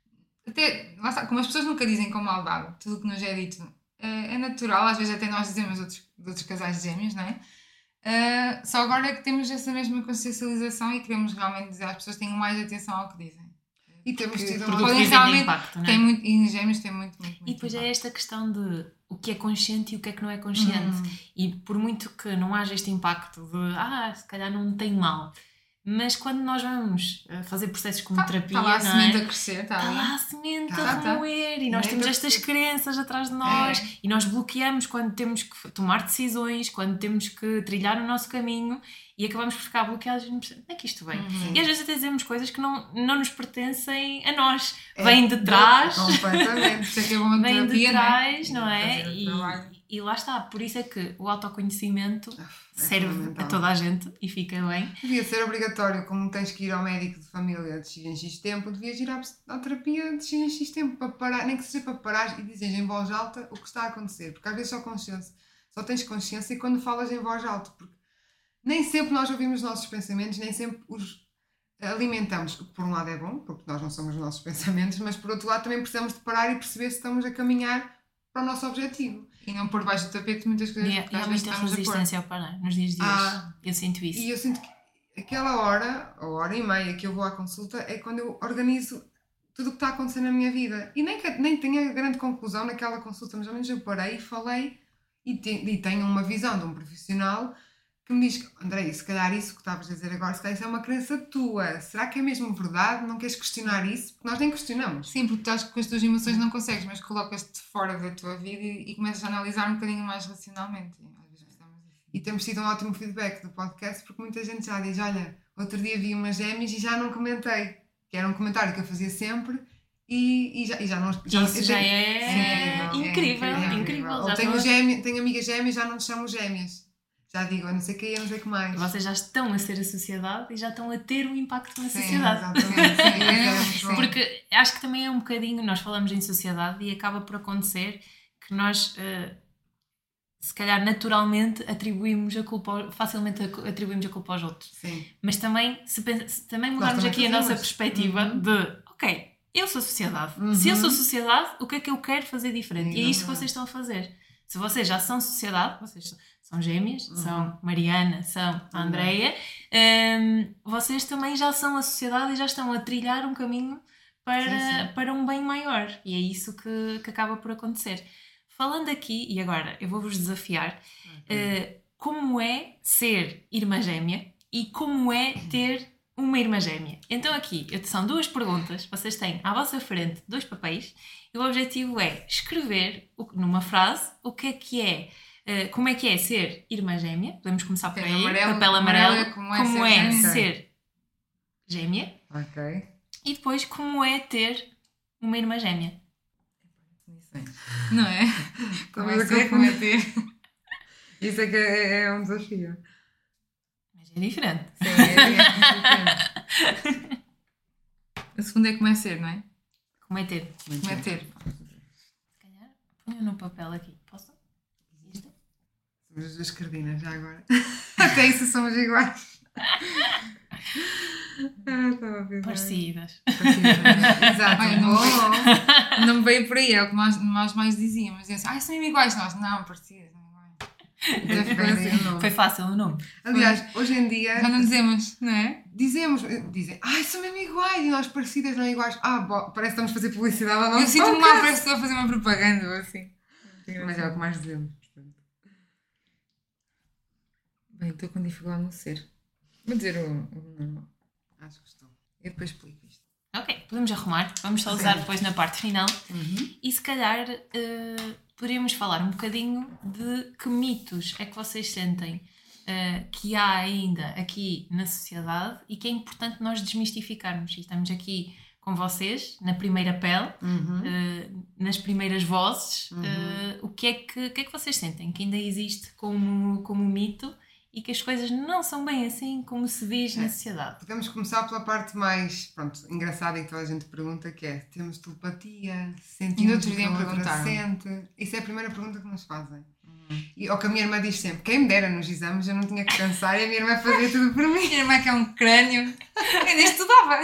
até, lá está, como as pessoas nunca dizem com maldade tudo o que nos é dito, é, é natural, às vezes até nós dizemos outros, de outros casais de gêmeos, não é? Uh, só agora é que temos essa mesma consciencialização e queremos realmente dizer às pessoas que tenham mais atenção ao que dizem. E temos Porque, tido porque uma... podem realmente impacto, não é? Tem muito, e em gêmeos tem muito, muito, muito E depois impacto. é esta questão de o que é consciente e o que é que não é consciente. Hum. E por muito que não haja este impacto de ah, se calhar não tem mal, mas quando nós vamos fazer processos como tá, terapia, está lá a não semente é? a crescer, está, está ali. lá a semente tá, a tá. roer e nós é temos estas que... crenças atrás de nós é. e nós bloqueamos quando temos que tomar decisões, quando temos que trilhar o nosso caminho e acabamos por ficar bloqueados e não percebemos onde é que isto vem. Uhum. E às vezes até dizemos coisas que não, não nos pertencem a nós. É, Vêm de trás. Completamente. Isso é que é bom de Vêm de terapia, trás, né? não é? Fazer o E, trabalho. e lá está. Por isso é que o autoconhecimento É serve fundamental. a toda a gente e fica bem. Devia ser obrigatório, como tens que ir ao médico de família de X em X tempo, devias ir à, à terapia de X em X tempo, para parar, nem que seja para parar e dizeres em voz alta o que está a acontecer, porque às vezes só, consciência, só tens consciência quando falas em voz alta, porque nem sempre nós ouvimos os nossos pensamentos, nem sempre os alimentamos, o que por um lado é bom, porque nós não somos os nossos pensamentos, mas por outro lado também precisamos de parar e perceber se estamos a caminhar para o nosso objetivo. E não pôr baixo do tapete muitas coisas. E, porque e às há vezes muita estamos a pôr. resistência ao parar nos dias de hoje. Ah. Eu sinto isso. E eu sinto que aquela hora, ou hora e meia que eu vou à consulta, é quando eu organizo tudo o que está a acontecer na minha vida. E nem, que, nem tenho a grande conclusão naquela consulta, mas ao menos eu parei e falei e, te, e tenho uma visão de um profissional que me diz, André, se calhar isso que estavas a dizer agora, se calhar isso é uma crença tua. Será que é mesmo verdade? Não queres questionar isso? Porque nós nem questionamos. Sim, porque tu achas que com as tuas emoções não consegues, mas colocas-te fora da tua vida e, e começas a analisar um bocadinho mais racionalmente. E, às vezes precisamos disso. E temos tido um ótimo feedback do podcast, porque muita gente já diz, olha, outro dia vi umas gêmeas e já não comentei. Que era um comentário que eu fazia sempre e, e, já, e já não... Já, Isso eu já tenho- é Sim, incrível, é incrível. incrível. Já Ou tenho, estão a- gêmea, tenho amigas gêmeas, já não nos chamo gêmeas. Já digo, eu não sei o que, eu não sei o que mais. Vocês já estão a ser a sociedade e já estão a ter um impacto na Sim, sociedade. exatamente. Sim, É, é, sim. sim. Porque acho que também é um bocadinho, nós falamos em sociedade e acaba por acontecer que nós, eh, se calhar naturalmente, atribuímos a culpa, facilmente atribuímos a culpa aos outros. Sim. Mas também, se, pensa- se também mudarmos também aqui a nossa fazemos. perspectiva Uhum. de, ok, eu sou sociedade. Uhum. Se eu sou sociedade, o que é que eu quero fazer diferente? E é isso que Exatamente. vocês estão a fazer. Se vocês já são sociedade, vocês são- são gêmeas, Uhum. são Mariana, são a Andreia, hum, vocês também já são a sociedade e já estão a trilhar um caminho para, Sim, sim. para um bem maior. E é isso que, que acaba por acontecer. Falando aqui, e agora eu vou-vos desafiar, uh, como é ser irmã gêmea e como é ter uma irmã gêmea. Então aqui eu- são duas perguntas, vocês têm à vossa frente dois papéis e o objetivo é escrever o- numa frase o que é que é, uh, como é que é ser irmã gêmea, podemos começar por Papel aí, amarelo, papel amarelo amarelo, é como é como ser é gêmea. ser gêmea Ok. e depois como é ter uma irmã gêmea. Não é? Como é Estamos a ser, como é confundir. ter. Isso é que é, é um desafio. Mas é diferente. Sim, é, é, A segunda é como é ser, não é? Como é ter? Como é ter. Se calhar ponho no papel aqui. Posso? Isto? Somos as duas cardinas já agora. Até isso somos iguais. Ah, estava a pensar. Parecidas. Parecidas. Exato. Olha, não Oh. Não me veio por aí, é o que nós, nós mais dizíamos. Diziam assim, ah, são iguais nós. Não, parecidas, não iguais. Deve ficar assim o nome. Foi fácil o nome. Aliás, hoje em dia Já não dizemos, não é? dizemos, dizem, ai, são mesmo iguais e nós parecidas não iguais. Ah, bo, parece que estamos a fazer publicidade ao nosso Eu sinto-me mal, podcast. parece que estou a fazer uma propaganda ou assim. Mas é o que mais dizemos. portanto. Bem, estou com dificuldade no ser. Vou dizer o, o normal. Acho que estou. Eu depois explico isto. Ok, podemos arrumar. Vamos só usar Sim. depois na parte final. Uhum. E se calhar uh, poderíamos falar um bocadinho de que mitos é que vocês sentem uh, que há ainda aqui na sociedade e que é importante nós desmistificarmos. E estamos aqui com vocês, na primeira pele, Uhum. uh, nas primeiras vozes. Uhum. Uh, o que é que, o que é que vocês sentem que ainda existe como, como mito e que as coisas não são bem assim como se diz é. na sociedade. Podemos começar pela parte mais, pronto, engraçada e que toda a gente pergunta, que é, temos telepatia, sentimos o que a outra sente? Isso é a primeira pergunta que nos fazem. Uhum. E, ou que a minha irmã diz sempre, quem me dera nos exames, eu não tinha que pensar e a minha irmã fazia tudo por mim. A minha irmã que é um crânio, ainda estudava.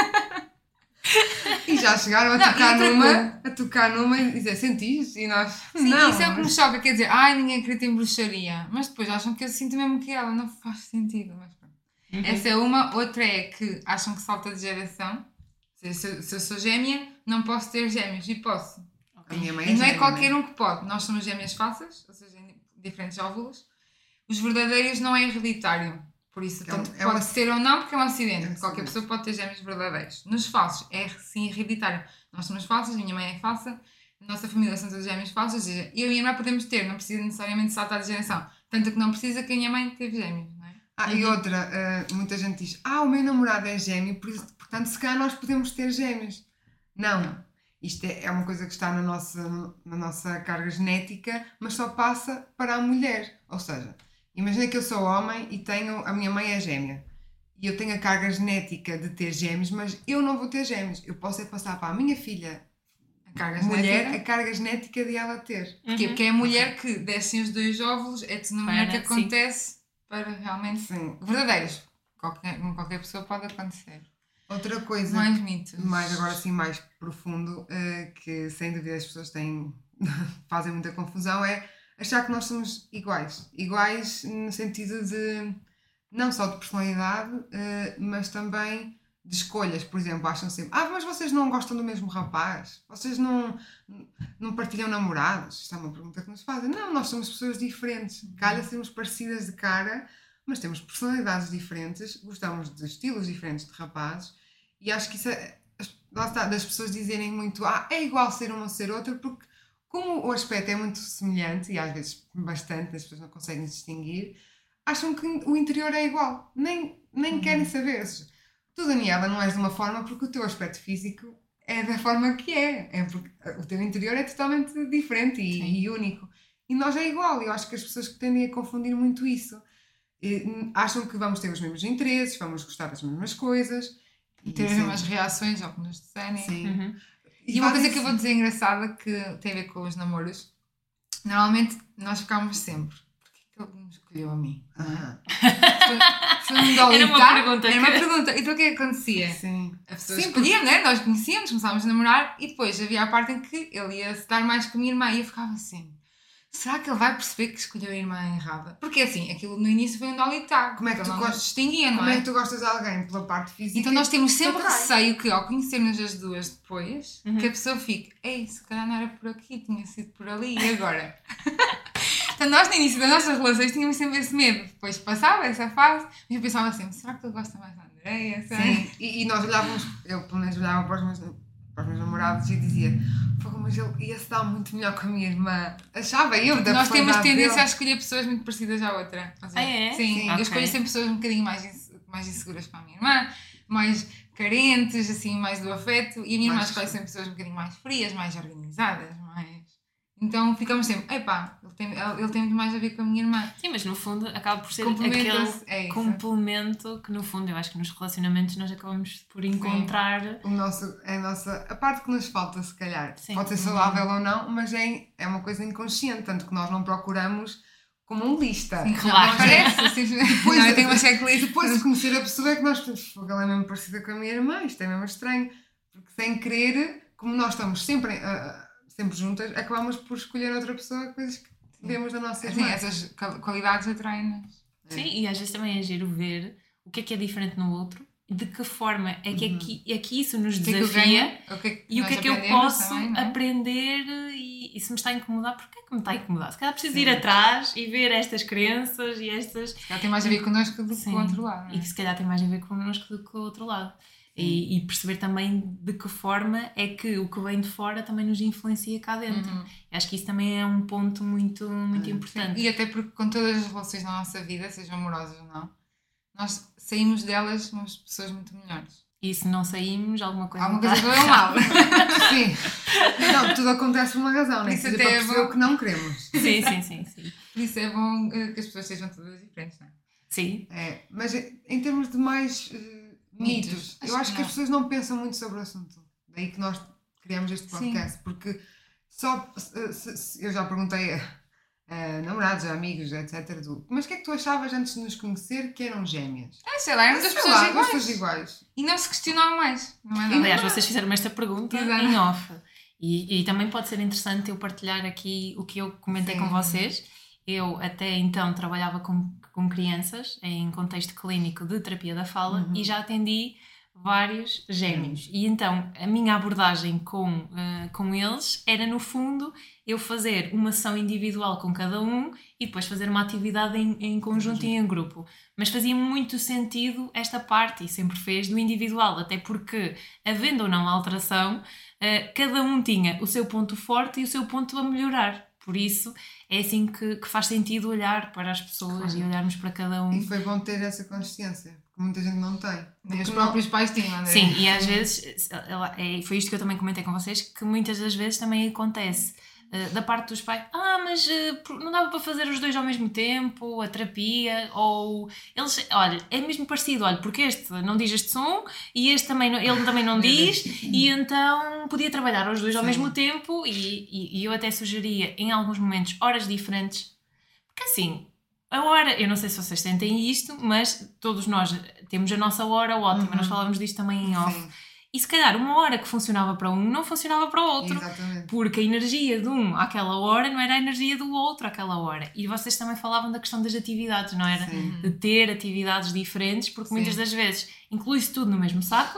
E já chegaram a, não, tocar numa, a tocar numa e dizer, sentiste? E nós, sim, não. Isso é o que me choca, quer dizer, ai, ninguém acredita em bruxaria. Mas depois acham que eu sinto mesmo que ela, não faz sentido. Mas pronto. Uhum. Essa é uma. Outra é que acham que salta de geração. Ou seja, se eu, se eu sou gêmea, não posso ter gêmeos. E posso. Okay. A minha mãe é e não gêmea, é qualquer né? um que pode. Nós somos gêmeas falsas, ou seja, diferentes óvulos. Os verdadeiros não é hereditário. Por isso, tanto é, é pode um... ser ou não, porque é um acidente. É Qualquer pessoa pode ter gêmeos verdadeiros. Nos falsos, é sim hereditário. Nós somos falsas, a minha mãe é falsa, a nossa família são todos gêmeos falsos, ou seja, eu e a minha irmã podemos ter, não precisa necessariamente saltar de geração. Tanto que não precisa que a minha mãe teve gêmeos, não é? Ah, uhum. E outra, uh, muita gente diz, ah, o meu namorado é gêmeo, portanto, se calhar nós podemos ter gêmeos. Não. não. Isto é, é uma coisa que está na nossa, na nossa carga genética, mas só passa para a mulher. Ou seja, imagina que eu sou homem e tenho, a minha mãe é gêmea. E eu tenho a carga genética de ter gêmeos, mas eu não vou ter gêmeos. Eu posso é passar para a minha filha, a carga mulher, genética. a carga genética de ela ter. Porquê? Uhum. Porque é a mulher que descem os dois óvulos, é de uma mulher que acontece sim. para realmente sim. verdadeiros. Qualquer, qualquer pessoa pode acontecer. Outra coisa, mais mitos. Mais agora assim, mais profundo, uh, que sem dúvida as pessoas têm, fazem muita confusão, é achar que nós somos iguais. Iguais no sentido de, não só de personalidade, uh, mas também de escolhas. Por exemplo, acham sempre, ah, mas vocês não gostam do mesmo rapaz? Vocês não, não partilham namorados? Isto é uma pergunta que nos fazem. Não, nós somos pessoas diferentes. Calha sermos parecidas de cara, mas temos personalidades diferentes, gostamos de estilos diferentes de rapazes, e acho que isso é, lá está, das pessoas dizerem muito, ah, é igual ser um ou ser outro, porque como o aspecto é muito semelhante, e às vezes bastante, as pessoas não conseguem distinguir, acham que o interior é igual, nem, nem uhum. querem saber. Ou seja, tu, Daniela, não és de uma forma porque o teu aspecto físico é da forma que é, é porque o teu interior é totalmente diferente e, e único, e nós é igual. Eu acho que as pessoas que tendem a confundir muito isso, acham que vamos ter os mesmos interesses, vamos gostar das mesmas coisas e ter as mesmas reações ao que nos disserem. Sim. Uhum. E, e uma coisa que eu vou dizer engraçada que tem a ver com os namoros, normalmente nós ficámos sempre, porque é que ele me escolheu a mim? Uhum. Foi um Era uma pergunta. Era uma pergunta. Então o que é que acontecia? Sim. A pessoa escolhia, né? Nós conhecíamos, começávamos a namorar e depois havia a parte em que ele ia se dar mais com a minha irmã e eu ficava assim, será que ele vai perceber que escolheu a irmã errada? Porque assim, aquilo no início foi um dolitá. Como é que tu não gostas, nos distinguia, não como é? é que tu gostas de alguém? Pela parte física? Então nós temos sempre receio que ao conhecermos as duas depois, uhum. que a pessoa fique, ei, se calhar não era por aqui, tinha sido por ali, e agora? Então nós no início das nossas relações tínhamos sempre esse medo. Depois passava essa fase, mas eu pensava assim, será que ele gosta mais da Andreia? Sim, e, e nós olhávamos, eu pelo menos olhava para os meus, para os meus namorados e dizia, mas ele ia se dar muito melhor com a minha irmã. Achava eu da Nós temos tendência dele. a escolher pessoas muito parecidas à outra. Ah, é? Sim, Sim. Okay. Eu escolho sempre pessoas um bocadinho mais, mais inseguras para a minha irmã, mais carentes, assim, mais do afeto, e a minha irmã escolhe sempre pessoas um bocadinho mais frias, mais organizadas, mais... Então ficamos sempre, epá, ele tem, ele tem muito mais a ver com a minha irmã. Sim, mas no fundo acaba por ser aquele é complemento que no fundo eu acho que nos relacionamentos nós acabamos por encontrar. Sim. O nosso, é a, nossa, a parte que nos falta, se calhar. Sim. Pode ser saudável uhum. ou não, mas é, é uma coisa inconsciente, tanto que nós não procuramos como um lista. Sim, claro. Parece, assim, depois, não, eu tenho uma checklist. Depois de conhecer a pessoa é que nós temos, ela é mesmo parecida com a minha irmã, isto é mesmo estranho, porque sem querer, como nós estamos sempre... Uh, sempre juntas, acabamos por escolher outra pessoa, coisas que vemos da nossa irmã. Sim, essas qualidades atraem-nos. Sim, é. E às vezes também é giro ver o que é que é diferente no outro, de que forma é que, uhum. aqui, é que isso nos desafia o que é que e o que é que eu posso também, aprender e, e se me está a incomodar, porque é que me está a incomodar? Se calhar preciso Sim. ir atrás e ver estas crenças e estas... Se calhar tem mais a ver connosco do que com o outro lado. Não é? E que se calhar tem mais a ver connosco do que com o outro lado. E, e perceber também de que forma é que o que vem de fora também nos influencia cá dentro. Uhum. Acho que isso também é um ponto muito, muito uhum. importante. E até porque com todas as relações na nossa vida, sejam amorosas ou não, nós saímos delas umas pessoas muito melhores. E se não saímos, alguma coisa Alguma coisa correu mal. Sim. Não, tudo acontece por uma razão, né? Isso até para perceber é bom... o que não queremos. Sim, sim, sim, sim. Por isso é bom que as pessoas sejam todas diferentes, não é? Sim. É, mas em termos de mais uh, mitos, mitos, eu acho que, que as pessoas não pensam muito sobre o assunto. Daí que nós criamos este podcast, Sim. porque só se, se, eu já perguntei a, a namorados, a amigos, etcétera. Do, mas o que é que tu achavas antes de nos conhecer que eram gêmeas? Ah, sei lá, eram duas pessoas, lá, iguais. pessoas iguais. E não se questionavam mais. Não é Aliás, vocês fizeram esta pergunta Exato. em off. E, e também pode ser interessante eu partilhar aqui o que eu comentei Sim. com vocês. Eu até então trabalhava com, com crianças em contexto clínico de terapia da fala uhum. e já atendi vários gêmeos. Uhum. E então a minha abordagem com, uh, com eles era, no fundo, eu fazer uma sessão individual com cada um e depois fazer uma atividade em, em conjunto uhum. e em grupo. Mas fazia muito sentido esta parte, e sempre fez, do individual, até porque, havendo ou não alteração, uh, cada um tinha o seu ponto forte e o seu ponto a melhorar. Por isso, é assim que, que faz sentido olhar para as pessoas claro. E olharmos para cada um. E foi bom ter essa consciência, porque muita gente não tem. Nem os próprios pais tinham, não é? Sim, e às vezes, foi isto que eu também comentei com vocês, que muitas das vezes também acontece uh, da parte dos pais, ah, mas uh, não dava para fazer os dois ao mesmo tempo, a terapia, ou eles, olha, é mesmo parecido, olha, porque este não diz este som e este também não, ele também não diz, e então podia trabalhar os dois ao Sim. mesmo tempo, e, e, e eu até sugeria em alguns momentos horas diferentes, porque assim, a hora, eu não sei se vocês sentem isto, mas todos nós temos a nossa hora ótima, uhum. nós falávamos disto também em off. Sim. E se calhar uma hora que funcionava para um não funcionava para o outro. Exatamente. Porque a energia de um àquela hora não era a energia do outro àquela hora. E vocês também falavam da questão das atividades, não era? Sim. De ter atividades diferentes, porque Sim. muitas das vezes inclui-se tudo no mesmo saco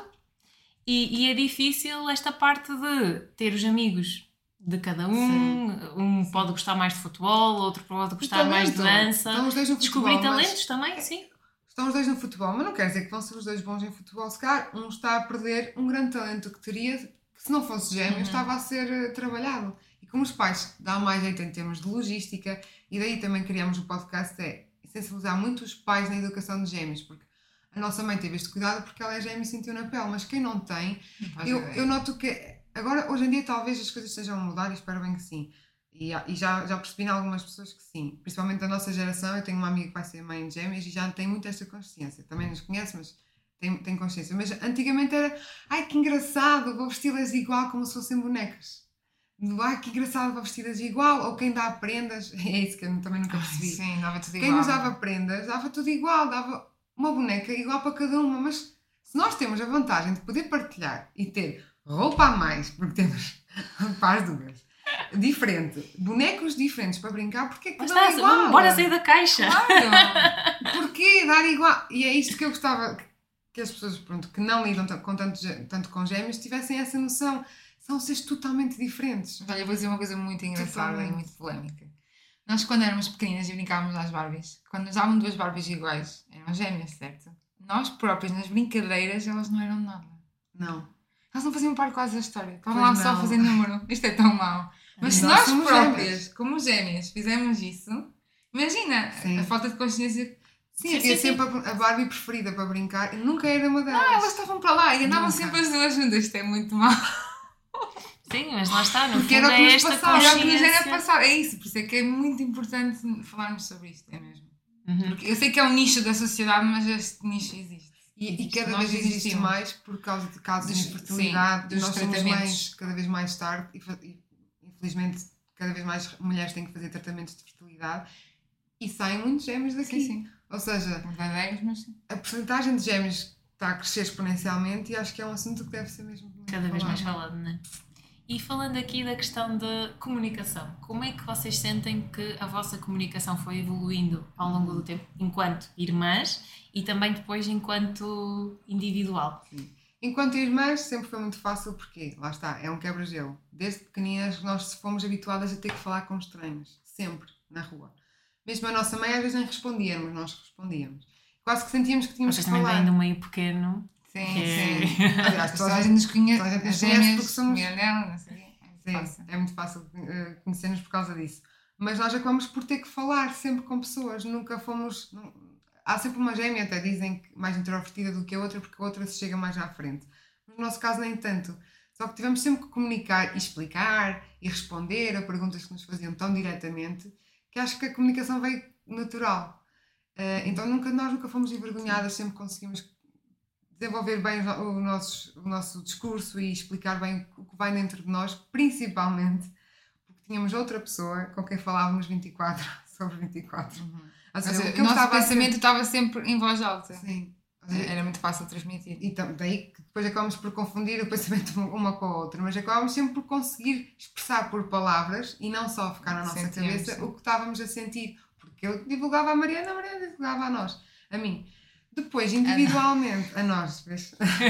e, e é difícil esta parte de ter os amigos de cada um. Sim. Um Sim. pode gostar mais de futebol, outro pode gostar mais de dança. Estão os dois no Descobrir futebol, talentos mas... também, sim. Estão os dois no futebol, mas não quer dizer que vão ser os dois bons em futebol. Se calhar um está a perder um grande talento que teria, que se não fosse gêmeo, uhum. estava a ser uh, trabalhado. E como os pais dão mais jeito em termos de logística, e daí também criamos o podcast, é sensibilizar muito os pais na educação de gêmeos, porque a nossa mãe teve este cuidado porque ela é gêmea e sentiu na pele, mas quem não tem, não eu, eu noto que agora, hoje em dia, talvez as coisas estejam a mudar e espero bem que sim. E, e já, já percebi em algumas pessoas que sim, principalmente da nossa geração. Eu tenho uma amiga que vai ser mãe de gêmeas e já tem muito esta consciência, também nos conhece, mas tem, tem consciência. Mas antigamente era, ai que engraçado, vou vesti-las igual como se fossem bonecas. Ai que engraçado, vou vesti-las igual, ou quem dá prendas, é isso que eu também nunca percebi. Ai, sim, dava tudo quem igual. Quem nos dava prendas, dava tudo igual, dava uma boneca igual para cada uma, mas se nós temos a vantagem de poder partilhar e ter roupa a mais, porque temos para as duas, diferente, bonecos diferentes para brincar, porque é que dá igual? Bora sair da caixa! Claro! Porquê dar igual? E é isto que eu gostava que as pessoas, pronto, que não lidam com tanto, tanto com gêmeos tivessem essa noção. São seres totalmente diferentes. Olha, eu vou dizer uma coisa muito engraçada totalmente. E muito polémica. Nós, quando éramos pequeninas e brincávamos às Barbies, quando nos davam duas Barbies iguais, eram gêmeas, certo? Nós próprias, nas brincadeiras, elas não eram nada. Não. Elas não faziam parte quase da história. Estavam lá só a fazer número. Isto é tão mau. Mas se nós, nós próprias, gêmeas. Como gêmeas, fizemos isso, imagina sim. a falta de consciência. Sim, sim, sim, sempre sim. a Barbie preferida para brincar e nunca era uma delas. Não, elas estavam para lá e andavam nunca. Sempre as duas juntas. Isto é muito mau. Sim, mas lá está, no porque fundo era o que é nos esta passava. Era o que nos era passado. É isso, por isso é que é muito importante falarmos sobre isto, é mesmo. Uhum. Porque eu sei que é um nicho da sociedade, mas este nicho existe. E, e cada vez existe existimos. Mais por causa de casos dos, de infertilidade. Sim, dos nós somos mães cada vez mais tarde e, e infelizmente cada vez mais mulheres têm que fazer tratamentos de fertilidade e saem muitos gêmeos daqui. Sim, sim. Ou seja, verdadeiros, mas sim. A porcentagem de gêmeos está a crescer exponencialmente e acho que é um assunto que deve ser mesmo cada vez mais falado, não é? E falando aqui da questão da comunicação, como é que vocês sentem que a vossa comunicação foi evoluindo ao longo do tempo, enquanto irmãs e também depois enquanto individual? Sim. Enquanto irmãs sempre foi muito fácil porque, lá está, é um quebra-gelo. Desde pequeninas nós fomos habituadas a ter que falar com estranhos, sempre, na rua. Mesmo a nossa mãe às vezes nem respondíamos, nós respondíamos. Quase que sentíamos que tínhamos vocês que falar. Vocês também vêm de um meio pequeno. Sim, que... sim. Aliás, toda a gente nos conhece, a gente nos conhece porque somos... Dela, não sei. É muito sim, é muito fácil uh, conhecer-nos por causa disso. Mas nós acabamos por ter que falar sempre com pessoas. Nunca fomos... Não... Há sempre uma gêmea, até dizem que mais introvertida do que a outra porque a outra se chega mais à frente. No nosso caso nem tanto. Só que tivemos sempre que comunicar e explicar e responder a perguntas que nos faziam tão diretamente que acho que a comunicação veio natural. Uh, então nunca, nós nunca fomos envergonhadas, sempre conseguimos desenvolver bem o nosso, o nosso discurso e explicar bem o que vai dentro de nós, principalmente porque tínhamos outra pessoa com quem falávamos vinte e quatro sobre vinte e quatro. Uhum. Ou seja, Ou o, seja, o nosso pensamento ser... estava sempre em voz alta. Sim. Era muito fácil transmitir. E daí que depois acabamos por confundir o pensamento uma com a outra, mas acabamos sempre por conseguir expressar por palavras e não só ficar na nossa Sentimos, cabeça sim. o que estávamos a sentir. Porque eu divulgava a Mariana, a Mariana divulgava a nós, a mim. Depois, individualmente, a nós, vês?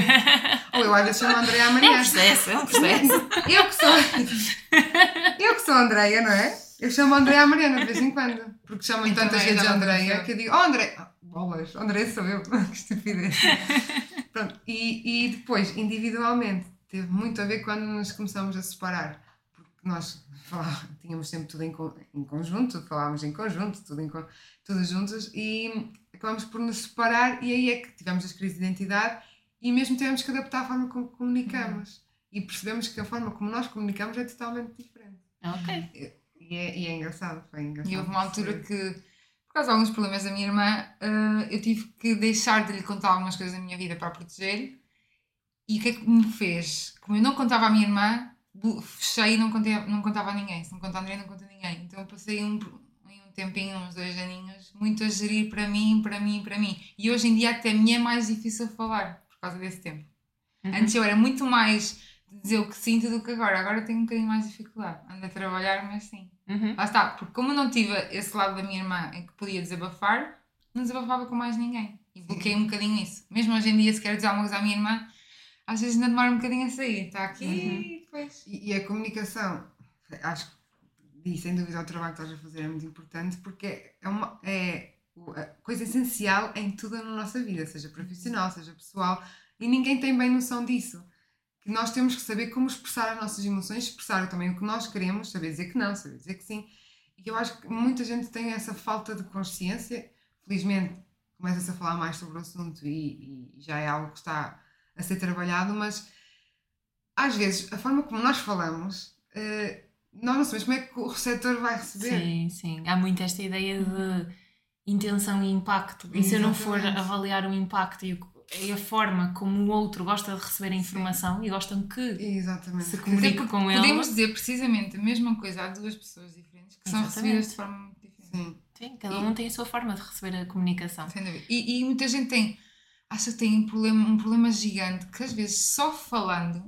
Ou eu às vezes chamo a Andreia a Mariana. É um processo, é um processo. Eu que sou, eu que sou a Andreia, não é? Eu chamo a Andreia a Mariana de vez em quando, porque chamam então, tantas vezes a Andreia que eu digo, oh Andreia, bolas, Andreia sou eu, que estupidez. Pronto, e, e depois, individualmente, teve muito a ver quando nos começamos a separar, porque nós falávamos, tínhamos sempre tudo em, em conjunto, falávamos em conjunto, tudo, em, tudo juntos, e acabamos por nos separar, e aí é que tivemos as crises de identidade e mesmo tivemos que adaptar a forma como comunicamos. Uhum. E percebemos que a forma como nós comunicamos é totalmente diferente. Ok. E, e, é, e é engraçado, foi engraçado. E houve uma altura que, por causa de alguns problemas da minha irmã, uh, eu tive que deixar de lhe contar algumas coisas da minha vida para a proteger. E o que é que me fez? Como eu não contava à minha irmã, fechei e não, contei, não contava a ninguém. Se não conta a André, não conta a ninguém. Então eu passei um, um tempinho, uns dois aninhos, muito a gerir para mim, para mim, para mim. E hoje em dia até me é mais difícil falar, por causa desse tempo. Uhum. Antes eu era muito mais de dizer o que sinto do que agora. Agora tenho um bocadinho mais dificuldade. Ando a trabalhar, mas sim. Uhum. Lá está. Porque como eu não tive esse lado da minha irmã em que podia desabafar, não desabafava com mais ninguém. E bloqueei um bocadinho isso. Mesmo hoje em dia, se quero dizer alguma coisa à minha irmã, às vezes ainda demora um bocadinho a sair. Está aqui uhum. e depois... E, e a comunicação, acho que, e sem dúvida o trabalho que estás a fazer é muito importante, porque é uma é a coisa essencial em tudo na nossa vida, seja profissional, seja pessoal, e ninguém tem bem noção disso. Que nós temos que saber como expressar as nossas emoções, expressar também o que nós queremos, saber dizer que não, saber dizer que sim. E eu acho que muita gente tem essa falta de consciência. Felizmente começa-se a falar mais sobre o assunto e, e já é algo que está a ser trabalhado, mas às vezes a forma como nós falamos, uh, nós não sabemos como é que o receptor vai receber. Sim, sim. Há muito esta ideia de intenção e impacto. E se eu não for avaliar o impacto e, o, e a forma como o outro gosta de receber a informação, sim, e gostam que exatamente. se comunique com podemos ele... Podemos dizer precisamente a mesma coisa a duas pessoas diferentes que exatamente. São recebidas de forma muito diferente. Sim. Sim, cada um e, tem a sua forma de receber a comunicação. Sem dúvida. E, e muita gente tem, acha que tem um problema, um problema gigante que às vezes só falando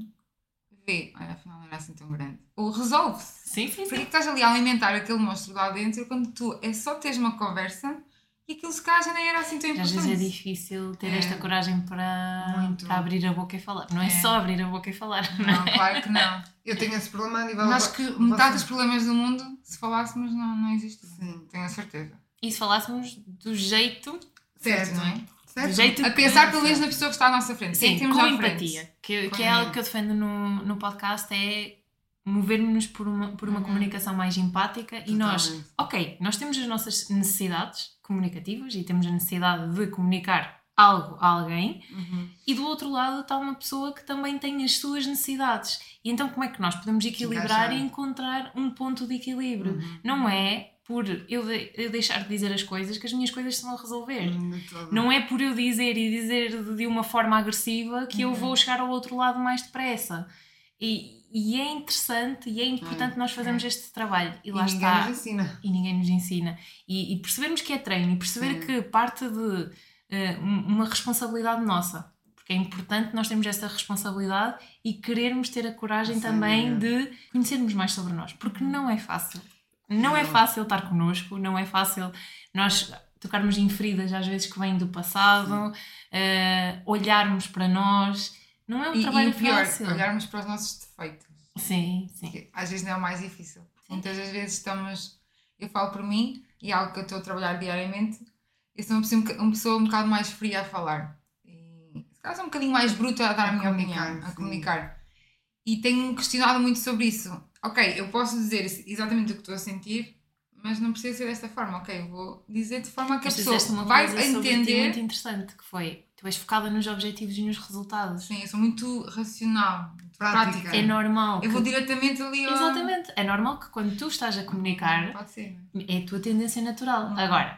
vê, olha, afinal não era assim tão grande. Ou resolve-se. Sim, sim, sim. Porque é que estás ali a alimentar aquele monstro lá dentro quando tu é só teres uma conversa e aquilo se calhar já nem era assim tão importante. Às vezes é difícil ter é. esta coragem para, para abrir a boca e falar. Não é, é só abrir a boca e falar. Não, não é? Claro que não. Eu tenho esse problema a nível... Mas acho que metade dos problemas do mundo, se falássemos, não, não existe. Sim. Tenho a certeza. E se falássemos do jeito certo, certo, não é? Certo. Do jeito a pensar pelo menos na pessoa que está à nossa frente. Sim, com empatia. Que, que é algo que eu defendo no, no podcast, é mover-nos por uma, por uma uhum. comunicação mais empática. Totalmente. E nós, ok, nós temos as nossas necessidades comunicativas e temos a necessidade de comunicar algo a alguém, uhum. e do outro lado está uma pessoa que também tem as suas necessidades. E então como é que nós podemos equilibrar e encontrar um ponto de equilíbrio? Uhum. Não é por eu, de, eu deixar de dizer as coisas que as minhas coisas estão a resolver. Uhum. Não é por eu dizer e dizer de uma forma agressiva que uhum. eu vou chegar ao outro lado mais depressa. E, e é interessante e é importante é, nós fazermos é. este trabalho. E, e lá ninguém está. nos ensina. E ninguém nos ensina. E, e percebermos que é treino e perceber Sim. que parte de uh, uma responsabilidade nossa. Porque é importante nós termos essa responsabilidade e querermos ter a coragem Sim, também é. de conhecermos mais sobre nós. Porque não é fácil. Não, não é fácil estar connosco, não é fácil nós tocarmos em feridas às vezes que vêm do passado, uh, olharmos para nós. Não é um e, trabalho e o pior, fácil. Olharmos para os nossos defeitos. Sim, sim. Que às vezes não é o mais difícil. Sim. Muitas das vezes estamos... Eu falo por mim, e é algo que eu estou a trabalhar diariamente, eu sou uma pessoa, uma pessoa um bocado mais fria a falar. E se calhar sou um bocadinho mais bruta a dar a, a minha opinião, a comunicar. E tenho questionado muito sobre isso. Ok, eu posso dizer exatamente o que estou a sentir, mas não precisa ser desta forma. Ok, eu vou dizer de forma que a pessoa uma vai entender. Muito interessante, que foi, tu és focada nos objetivos e nos resultados. Sim, eu sou muito racional, muito prática. prática. É normal. Eu que... vou diretamente ali ao... Exatamente. É normal que quando tu estás a comunicar, Pode ser. É a tua tendência natural. Hum. Agora, se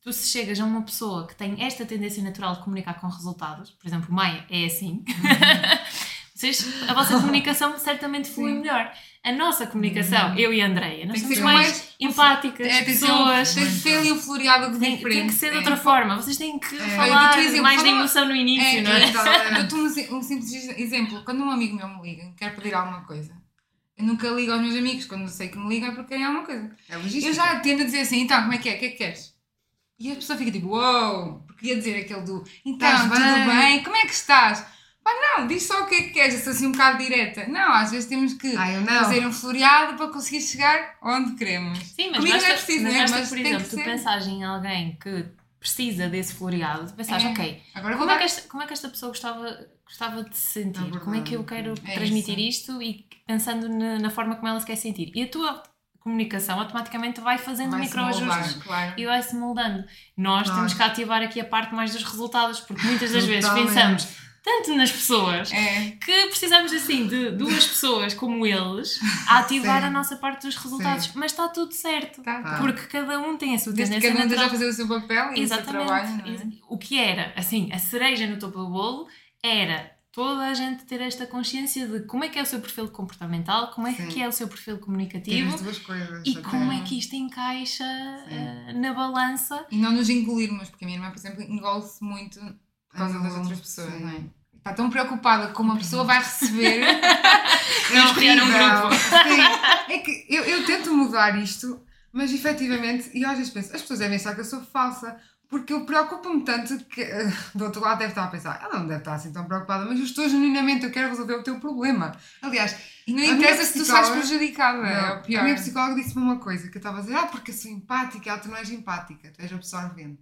tu se chegas a uma pessoa que tem esta tendência natural de comunicar com resultados, por exemplo, Maia é assim, uhum. vocês, a vossa comunicação certamente flui melhor. A nossa comunicação, uhum. eu e a Andreia, nós somos mais, mais empáticas, é, pessoas. Tem que ser ali o floreado de diferente. Tem que ser de outra é. forma. Vocês têm que é. falar exemplo, mais de emoção no início, é, não é? é. Eu dou um, um simples exemplo. Quando um amigo meu me liga, quer pedir alguma coisa, eu nunca ligo aos meus amigos. Quando eu sei que me ligam é porque querem alguma coisa. É eu já tendo a dizer assim, então, como é que é? O que é que queres? E a pessoa fica tipo, uou! Wow! Porque ia dizer aquele do, então, estás tudo bem? bem? Como é que estás? Pá, não, diz só o que é que queres, eu sou assim um bocado direta. Não, às vezes temos que ah, fazer um floreado para conseguir chegar onde queremos. Sim, mas comigo basta, não é preciso, mas né? basta, Mas por exemplo, tu pensares em alguém que precisa desse floreado, tu pensares, é. ok, Agora como é, que esta, como é que esta pessoa gostava, gostava de se sentir? É como é que eu quero é transmitir isso. isto e pensando na, na forma como ela se quer sentir? E a tua comunicação automaticamente vai fazendo micro-ajustes claro. e vai-se moldando. Nós claro. temos que ativar aqui a parte mais dos resultados, porque muitas das vezes Totalmente. pensamos tanto nas pessoas é. que precisamos assim de duas pessoas como eles a ativar Sim. a nossa parte dos resultados. Sim. Mas está tudo certo, tá, tá. porque cada um tem a sua Desde tendência cada um natural. já fazer o seu papel e Exatamente. o seu trabalho. Não é? O que era, assim, a cereja no topo do bolo era toda a gente ter esta consciência de como é que é o seu perfil comportamental, como é Sim. que é o seu perfil comunicativo as duas coisas, e como é que isto encaixa uh, na balança. E não nos engolirmos, porque a minha irmã, por exemplo, engole-se muito por causa das outras pessoas, Sim. não é? Está tão preocupada como a pessoa vai receber. É horrível. Um grupo. Sim. É que eu, eu tento mudar isto, mas efetivamente, e às vezes penso, as pessoas devem achar que eu sou falsa, porque eu preocupo-me tanto que uh, do outro lado deve estar a pensar, ela não deve estar assim tão preocupada, mas eu estou genuinamente, eu quero resolver o teu problema. Aliás, e não interessa se tu sais prejudicada, não, é o pior. A minha psicóloga disse-me uma coisa, que eu estava a dizer, ah, porque eu sou empática, ela tu não és empática, tu és absorvente.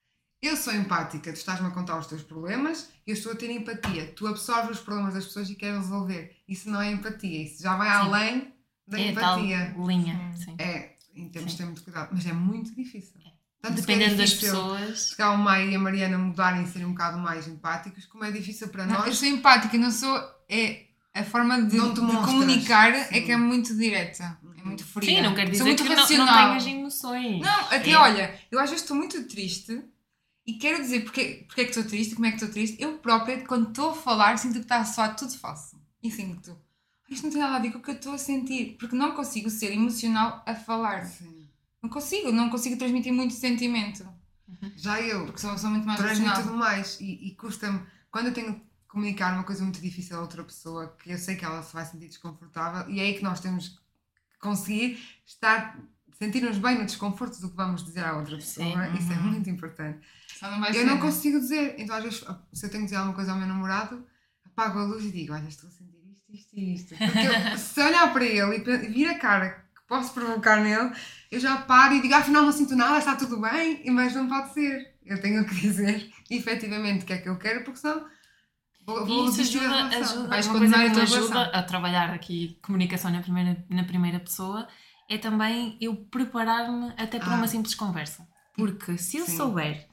Eu sou empática, tu estás-me a contar os teus problemas, eu estou a ter empatia. Tu absorves os problemas das pessoas e queres resolver. Isso não é empatia, isso já vai Sim. além da é empatia. Tal linha. Sim. É, e temos de ter muito cuidado, mas é muito difícil. É. Tanto Dependendo é das pessoas. Se cá o Maia e a Mariana mudarem e serem um bocado mais empáticos, como é difícil para não, nós. Eu sou empática, não sou. É, a forma de, de comunicar Sim. é que é muito direta. É muito fria. Sim, não quer dizer sou muito que racional. não, não tenhas emoções. Não, até é. olha, eu às vezes estou muito triste. E quero dizer porque, porque é que estou triste, como é que estou triste. Eu própria, quando estou a falar, sinto que está a soar tudo falso. E sinto, isto não tem nada a ver com o que eu estou a sentir. Porque não consigo ser emocional a falar. Sim. Não consigo, não consigo transmitir muito sentimento. Uhum. Já eu. Porque sou, sou muito mais transmito tudo mais. E, e custa-me, quando eu tenho que comunicar uma coisa muito difícil a outra pessoa, que eu sei que ela se vai sentir desconfortável, e é aí que nós temos que conseguir estar, sentir-nos bem no desconforto do que vamos dizer à outra pessoa. Sim. Isso uhum. é muito importante. Não eu ser, não consigo dizer, então às vezes se eu tenho que dizer alguma coisa ao meu namorado, apago a luz e digo, olha, estou a sentir isto, isto e isto. Porque eu, se olhar para ele e vir a cara que posso provocar nele, eu já paro e digo, afinal não sinto nada, está tudo bem, mas não pode ser. Eu tenho que dizer efetivamente o que é que eu quero, porque senão vou, vou isso ajuda, ajuda, Vais uma coisa que me ajuda a trabalhar aqui comunicação na primeira, na primeira pessoa é também eu preparar-me até para ah. uma simples conversa. Porque se eu Sim. souber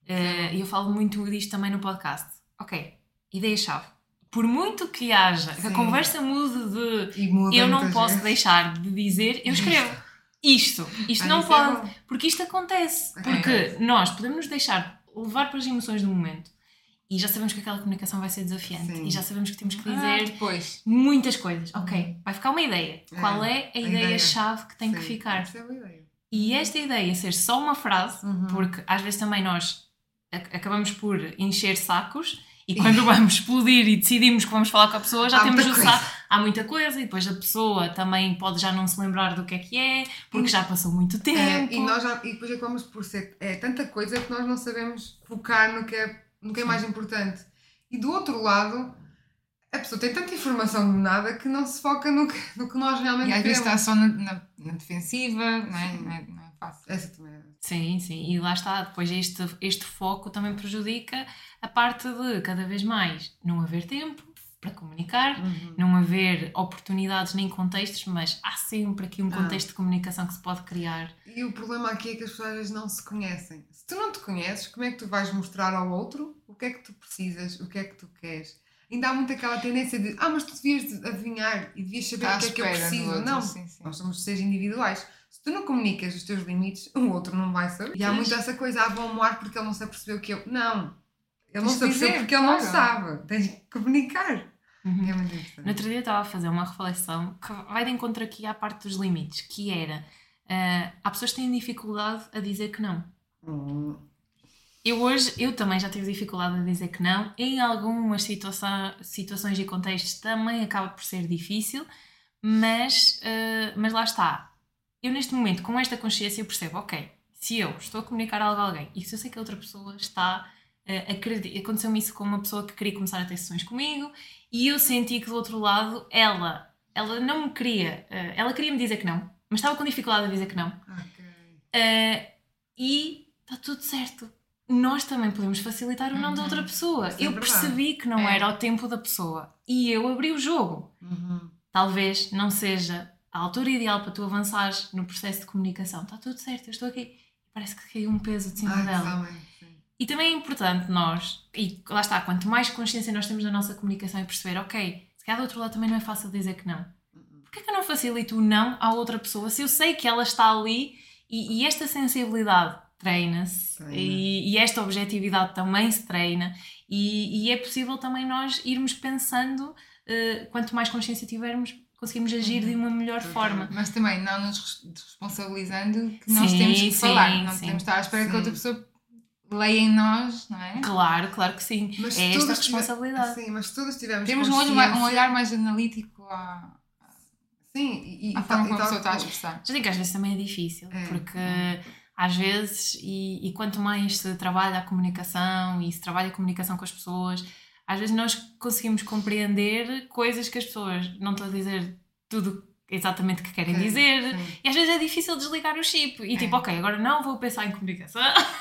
e uh, eu falo muito disto também no podcast. Ok, ideia-chave. Por muito que haja, Sim. que a conversa mude de eu não posso vezes. deixar de dizer, eu escrevo isto. Isto ah, não pode, é porque isto acontece. Okay. Porque nós podemos nos deixar levar pelas emoções do momento e já sabemos que aquela comunicação vai ser desafiante Sim. e já sabemos que temos que dizer ah, muitas coisas. Ok, vai ficar uma ideia. É. Qual é a, a ideia-chave ideia. que tem Sim. que ficar? Essa é uma ideia. E esta ideia ser só uma frase, uhum. porque às vezes também nós acabamos por encher sacos e quando vamos explodir e decidimos que vamos falar com a pessoa já há temos o saco, há muita coisa e depois a pessoa também pode já não se lembrar do que é que é porque e, já passou muito tempo é, e, nós já, e depois acabamos por ser é, tanta coisa que nós não sabemos focar no que é, no que é mais importante e do outro lado a pessoa tem tanta informação de nada que não se foca no que, no que nós realmente queremos. E às vezes está só na, na, na defensiva, não é, não, é, não é fácil. Essa também é. Sim, sim, e lá está, depois este, este foco também prejudica a parte de cada vez mais não haver tempo para comunicar, uhum. não haver oportunidades nem contextos, mas há sempre aqui um contexto ah. de comunicação que se pode criar. E o problema aqui é que as pessoas não se conhecem. Se tu não te conheces, como é que tu vais mostrar ao outro o que é que tu precisas, o que é que tu queres? Ainda há muito aquela tendência de ah, mas tu devias adivinhar e devias saber ah, o que é que eu preciso. Outro, não, sim, sim. Nós somos seres individuais. Se tu não comunicas os teus limites, o outro não vai saber. E há muito essa coisa, ah, vou moar porque ele não se apercebeu que eu... Não, ele não se apercebeu porque ele não sabe. Tens que comunicar. Uhum. É muito interessante. No outro dia eu estava a fazer uma reflexão que vai de encontro aqui à parte dos limites, que era, uh, há pessoas que têm dificuldade a dizer que não. Hum. Eu hoje, eu também já tive dificuldade a dizer que não. Em algumas situa- situações e contextos também acaba por ser difícil, mas, uh, mas lá está. Eu neste momento, com esta consciência, eu percebo, ok, se eu estou a comunicar algo a alguém e se eu sei que a outra pessoa está uh, a querer... Aconteceu-me isso com uma pessoa que queria começar a ter sessões comigo e eu senti que do outro lado ela, ela não me queria... Uh, ela queria me dizer que não, mas estava com dificuldade a dizer que não. Okay. Uh, e está tudo certo. Nós também podemos facilitar o não uhum. da outra pessoa. Isso eu é percebi que não é. era o tempo da pessoa e eu abri o jogo. Uhum. Talvez não seja a altura ideal para tu avançares no processo de comunicação. Está tudo certo, eu estou aqui. Parece que caiu um peso de cima Ai, dela. também, sim. E também é importante nós, e lá está, quanto mais consciência nós temos da nossa comunicação e perceber, ok, se calhar do outro lado também não é fácil dizer que não. Porquê que eu não facilito o não à outra pessoa se eu sei que ela está ali e, e esta sensibilidade treina-se treina. e, e esta objetividade também se treina e, e é possível também nós irmos pensando, uh, quanto mais consciência tivermos, conseguimos agir uhum. de uma melhor Sim. forma. Mas também não nos responsabilizando que nós sim, temos que sim, falar, não sim. podemos estar à espera sim. que a outra pessoa leia em nós, não é? Claro, claro que sim. Mas é esta responsabilidade. Tiver... Sim, mas todos tivemos Temos um, olho, um olhar mais analítico à, sim, e, e à forma e como a pessoa tal, está a expressar. Eu digo que às vezes também é difícil, é, porque é. às vezes, e, e quanto mais se trabalha a comunicação e se trabalha a comunicação com as pessoas, às vezes nós conseguimos compreender coisas que as pessoas não estão a dizer tudo exatamente o que querem sim, dizer sim. e às vezes é difícil desligar o chip e é. tipo, ok, agora não vou pensar em comunicação.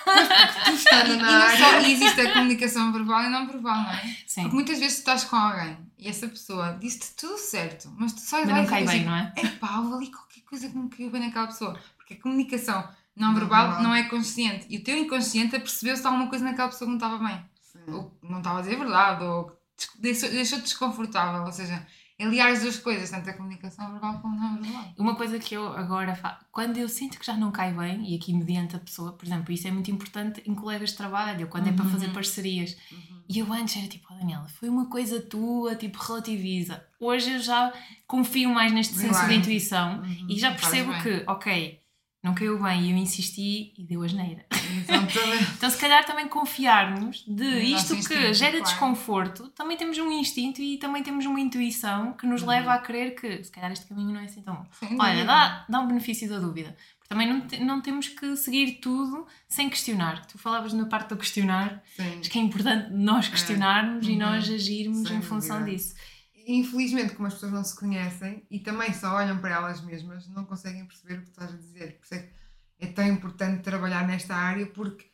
Tu estando na e, área... só, e existe a comunicação verbal e não verbal, não é? Sim. Porque muitas vezes tu estás com alguém e essa pessoa disse-te tudo certo, mas tu só mas não cai bem, não é? É pá, houve ali qualquer coisa que não caiu bem naquela pessoa, porque a comunicação não, não verbal não. não é consciente e o teu inconsciente apercebeu-se de alguma coisa naquela pessoa que não estava bem, sim. ou não estava a dizer a verdade, ou deixou-te desconfortável, ou seja, aliar as duas coisas, tanto a comunicação verbal como não verbal. Uma coisa que eu agora faço, quando eu sinto que já não cai bem, e aqui mediante a pessoa, por exemplo, isso é muito importante em colegas de trabalho, quando uhum. é para fazer parcerias. Uhum. E eu antes era tipo, oh, Daniela, foi uma coisa tua, tipo, relativiza. Hoje eu já confio mais neste senso claro. de intuição uhum. e já percebo que, ok, não caiu bem e eu insisti e deu asneira. Então se calhar também confiarmos de isto que gera claro. desconforto, também temos um instinto e também temos uma intuição que nos uhum. leva a crer que se calhar este caminho não é assim tão bom. Sim, olha, dá, dá um benefício da dúvida. Porque também não, te, não temos que seguir tudo sem questionar. Tu falavas na parte do questionar, Sim. acho que é importante nós questionarmos é. e uhum. nós agirmos Sem em função dúvida. disso. Infelizmente, como as pessoas não se conhecem e também só olham para elas mesmas, não conseguem perceber o que tu estás a dizer. Por isso é que é tão importante trabalhar nesta área, porque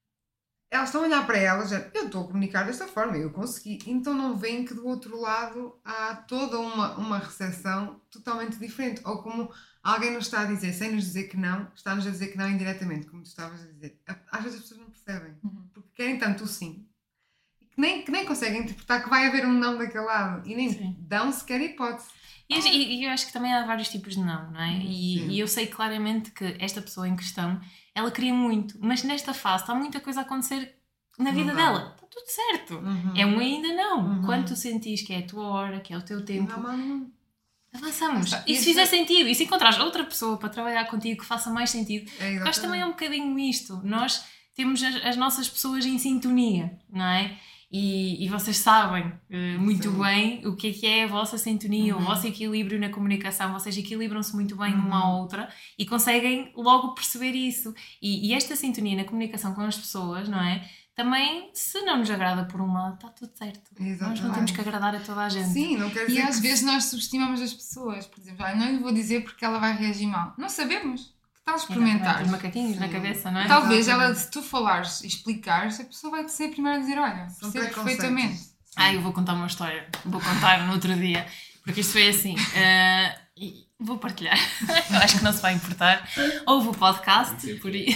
elas estão a olhar para elas, já, eu estou a comunicar desta forma, eu consegui. Então não veem que do outro lado há toda uma, uma recepção totalmente diferente. Ou como alguém nos está a dizer, sem nos dizer que não, está-nos a dizer que não indiretamente, como tu estavas a dizer. Às vezes as pessoas não percebem, uhum. porque querem tanto o sim. Que nem, que nem conseguem interpretar que vai haver um não daquele lado e nem Sim. dão sequer hipótese. E, oh. e, e eu acho que também há vários tipos de não, não é? Hum, e, e eu sei claramente que esta pessoa em questão, ela queria muito, mas nesta fase está muita coisa a acontecer na vida não dela. Está tudo certo. Uhum. É um ainda não. Uhum. Quando tu sentis que é a tua hora, que é o teu tempo, não, não, não. avançamos. E se fizer é... sentido, e se encontrares outra pessoa para trabalhar contigo que faça mais sentido, é, acho que também é um bocadinho isto. Nós temos as, as nossas pessoas em sintonia, não é? E, e vocês sabem uh, muito Sim. bem o que é que é a vossa sintonia, uhum. o vosso equilíbrio na comunicação. Vocês equilibram-se muito bem uhum. uma à outra e conseguem logo perceber isso. E, e esta sintonia na comunicação com as pessoas, não é? Também, se não nos agrada por um lado, está tudo certo. Exatamente. Nós não temos que agradar a toda a gente. Sim, não quer dizer E às que... vezes nós subestimamos as pessoas. Por exemplo, ah, não lhe vou dizer porque ela vai reagir mal. Não sabemos. Tal experimentar. Os macaquinhos Sim. na cabeça, não é? Talvez ela, se tu falares e explicares, a pessoa vai ser a primeira a dizer: olha, percebo perfeitamente. Ah, eu vou contar uma história. Vou contar no outro dia. Porque isto foi assim. Uh, e vou partilhar. Acho que não se vai importar. Houve o podcast, por aí.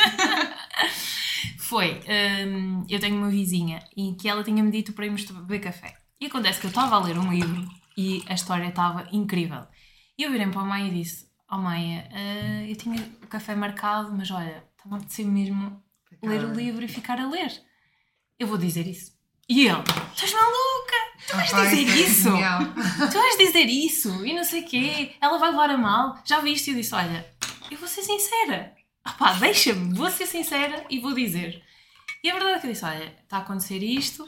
Foi. Um, eu tenho uma vizinha e que ela tinha-me dito para irmos beber café. E acontece que eu estava a ler um livro e a história estava incrível. E eu virei para a mãe e disse: oh Maia, uh, eu tinha o café marcado, mas olha, estava a apetecer mesmo ler o livro e ficar a ler. Eu vou dizer isso. E ele, estás maluca? Tu vais Ah, pá, dizer isso é isso? genial. Tu vais dizer isso? E não sei o quê. Ela vai levar a mal. Já viste? Eu disse, olha, eu vou ser sincera. Ah pá, deixa-me, vou ser sincera e vou dizer. E a verdade é que eu disse, olha, está a acontecer isto,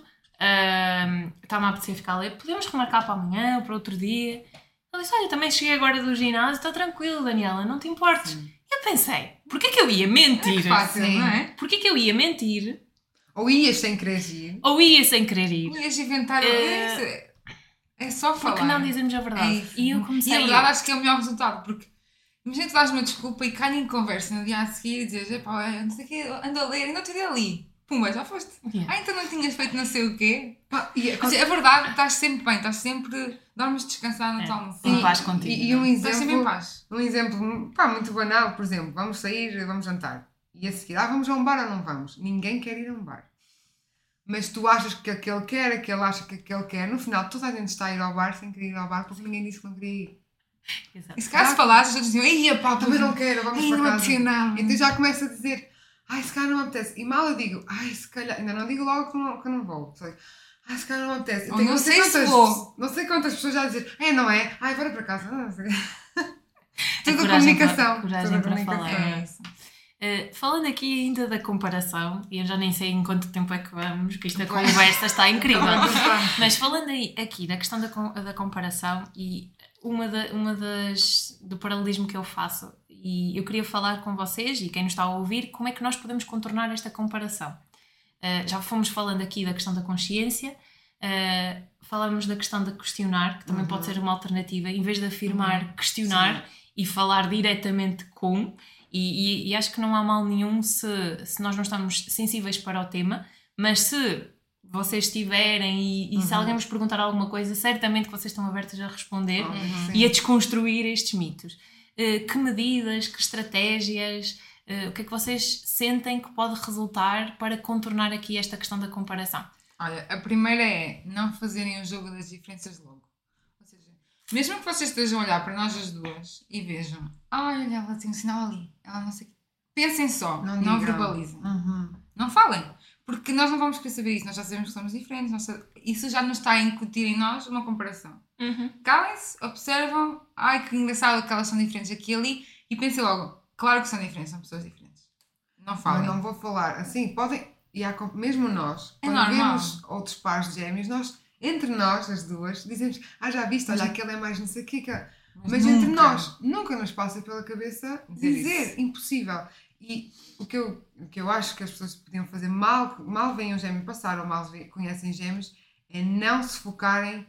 uh, está-me a apetecer ficar a ler, podemos remarcar para amanhã ou para outro dia. Ele disse, olha, também cheguei agora do ginásio, está tranquilo, Daniela, não te importes. Sim. Eu pensei, porquê que eu ia mentir? É fácil, não é? Porquê que eu ia mentir? Ou ias sem querer ir. Ou ia sem querer ir. Ou ias inventar. Uh, é, é só falar. Porque não dizemos a verdade. É e eu comecei e a verdade acho que é o melhor resultado, porque imagina tu dás uma desculpa e calha em conversa no dia a seguir e dizes, epá, não sei o quê, ando a ler e não te dei ali. Pumba, já foste. Yeah. Ah, então não tinhas feito não sei o quê. Pá, e, mas, é verdade, estás sempre bem, estás sempre, dormes descansado na tua almoçada. Em paz contigo. E, e um exemplo, estás sempre em paz. Um exemplo pá, muito banal, por exemplo, vamos sair, vamos jantar. E a seguir, ah, vamos a um bar ou não vamos? Ninguém quer ir a um bar. Mas tu achas que aquele quer, aquele acha que aquele quer. No final, toda a gente está a ir ao bar sem querer ir ao bar porque ninguém disse que não queria ir. Exato. E se caso falasses, eu dizia, ei, pá, também não quero, vamos para casa. Não. Então já começa a dizer, ai, se calhar não me apetece. E mal eu digo, ai, se calhar, ainda não digo logo que não, que não vou. Só digo, ai, se calhar não me apetece. Ou não, não sei, sei quantas, se vou. Não sei quantas pessoas já dizem, é, não é? Ai, bora para casa. Não sei. Tudo comunicação. Coragem para falar. É isso. Uh, falando aqui ainda da comparação, e eu já nem sei em quanto tempo é que vamos, que esta conversa está incrível, mas falando aí, aqui da questão da, da comparação e uma, da, uma das do paralelismo que eu faço, e eu queria falar com vocês e quem nos está a ouvir, como é que nós podemos contornar esta comparação. Uh, já fomos falando aqui da questão da consciência, uh, falamos da questão de questionar, que também uhum. pode ser uma alternativa, em vez de afirmar, uhum. questionar Sim. e falar diretamente com. E, e, e acho que não há mal nenhum se, se nós não estamos sensíveis para o tema, mas se vocês tiverem e, e uhum. se alguém vos perguntar alguma coisa, certamente que vocês estão abertos a responder uhum. e a desconstruir estes mitos. Uh, que medidas, que estratégias, uh, o que é que vocês sentem que pode resultar para contornar aqui esta questão da comparação? Olha, a primeira é não fazerem o jogo das diferenças logo. Mesmo que vocês estejam a olhar para nós as duas e vejam, ah, olha, ela tem um sinal ali, ela não sei o quê. Pensem só, não, não verbalizem. Uhum. Não falem, porque nós não vamos querer saber isso, nós já sabemos que somos diferentes, nós sabemos, isso já nos está a incutir em nós uma comparação. Uhum. Calem-se, observam, ai que engraçado que elas são diferentes aqui e ali, e pensem logo, claro que são diferentes, são pessoas diferentes. Não falem. Não, não vou falar, assim, podem, e há, mesmo nós, é quando normal. Vemos outros pares de gêmeos, nós... Entre nós, as duas, dizemos, ah, já viste, olha, aquele é mais não sei o quê. Mas, Mas entre nós, nunca nos passa pela cabeça dizer, dizer impossível. E o que, eu, o que eu acho que as pessoas podiam fazer mal, mal veem um gêmeo passar ou mal conhecem gêmeos, é não se focarem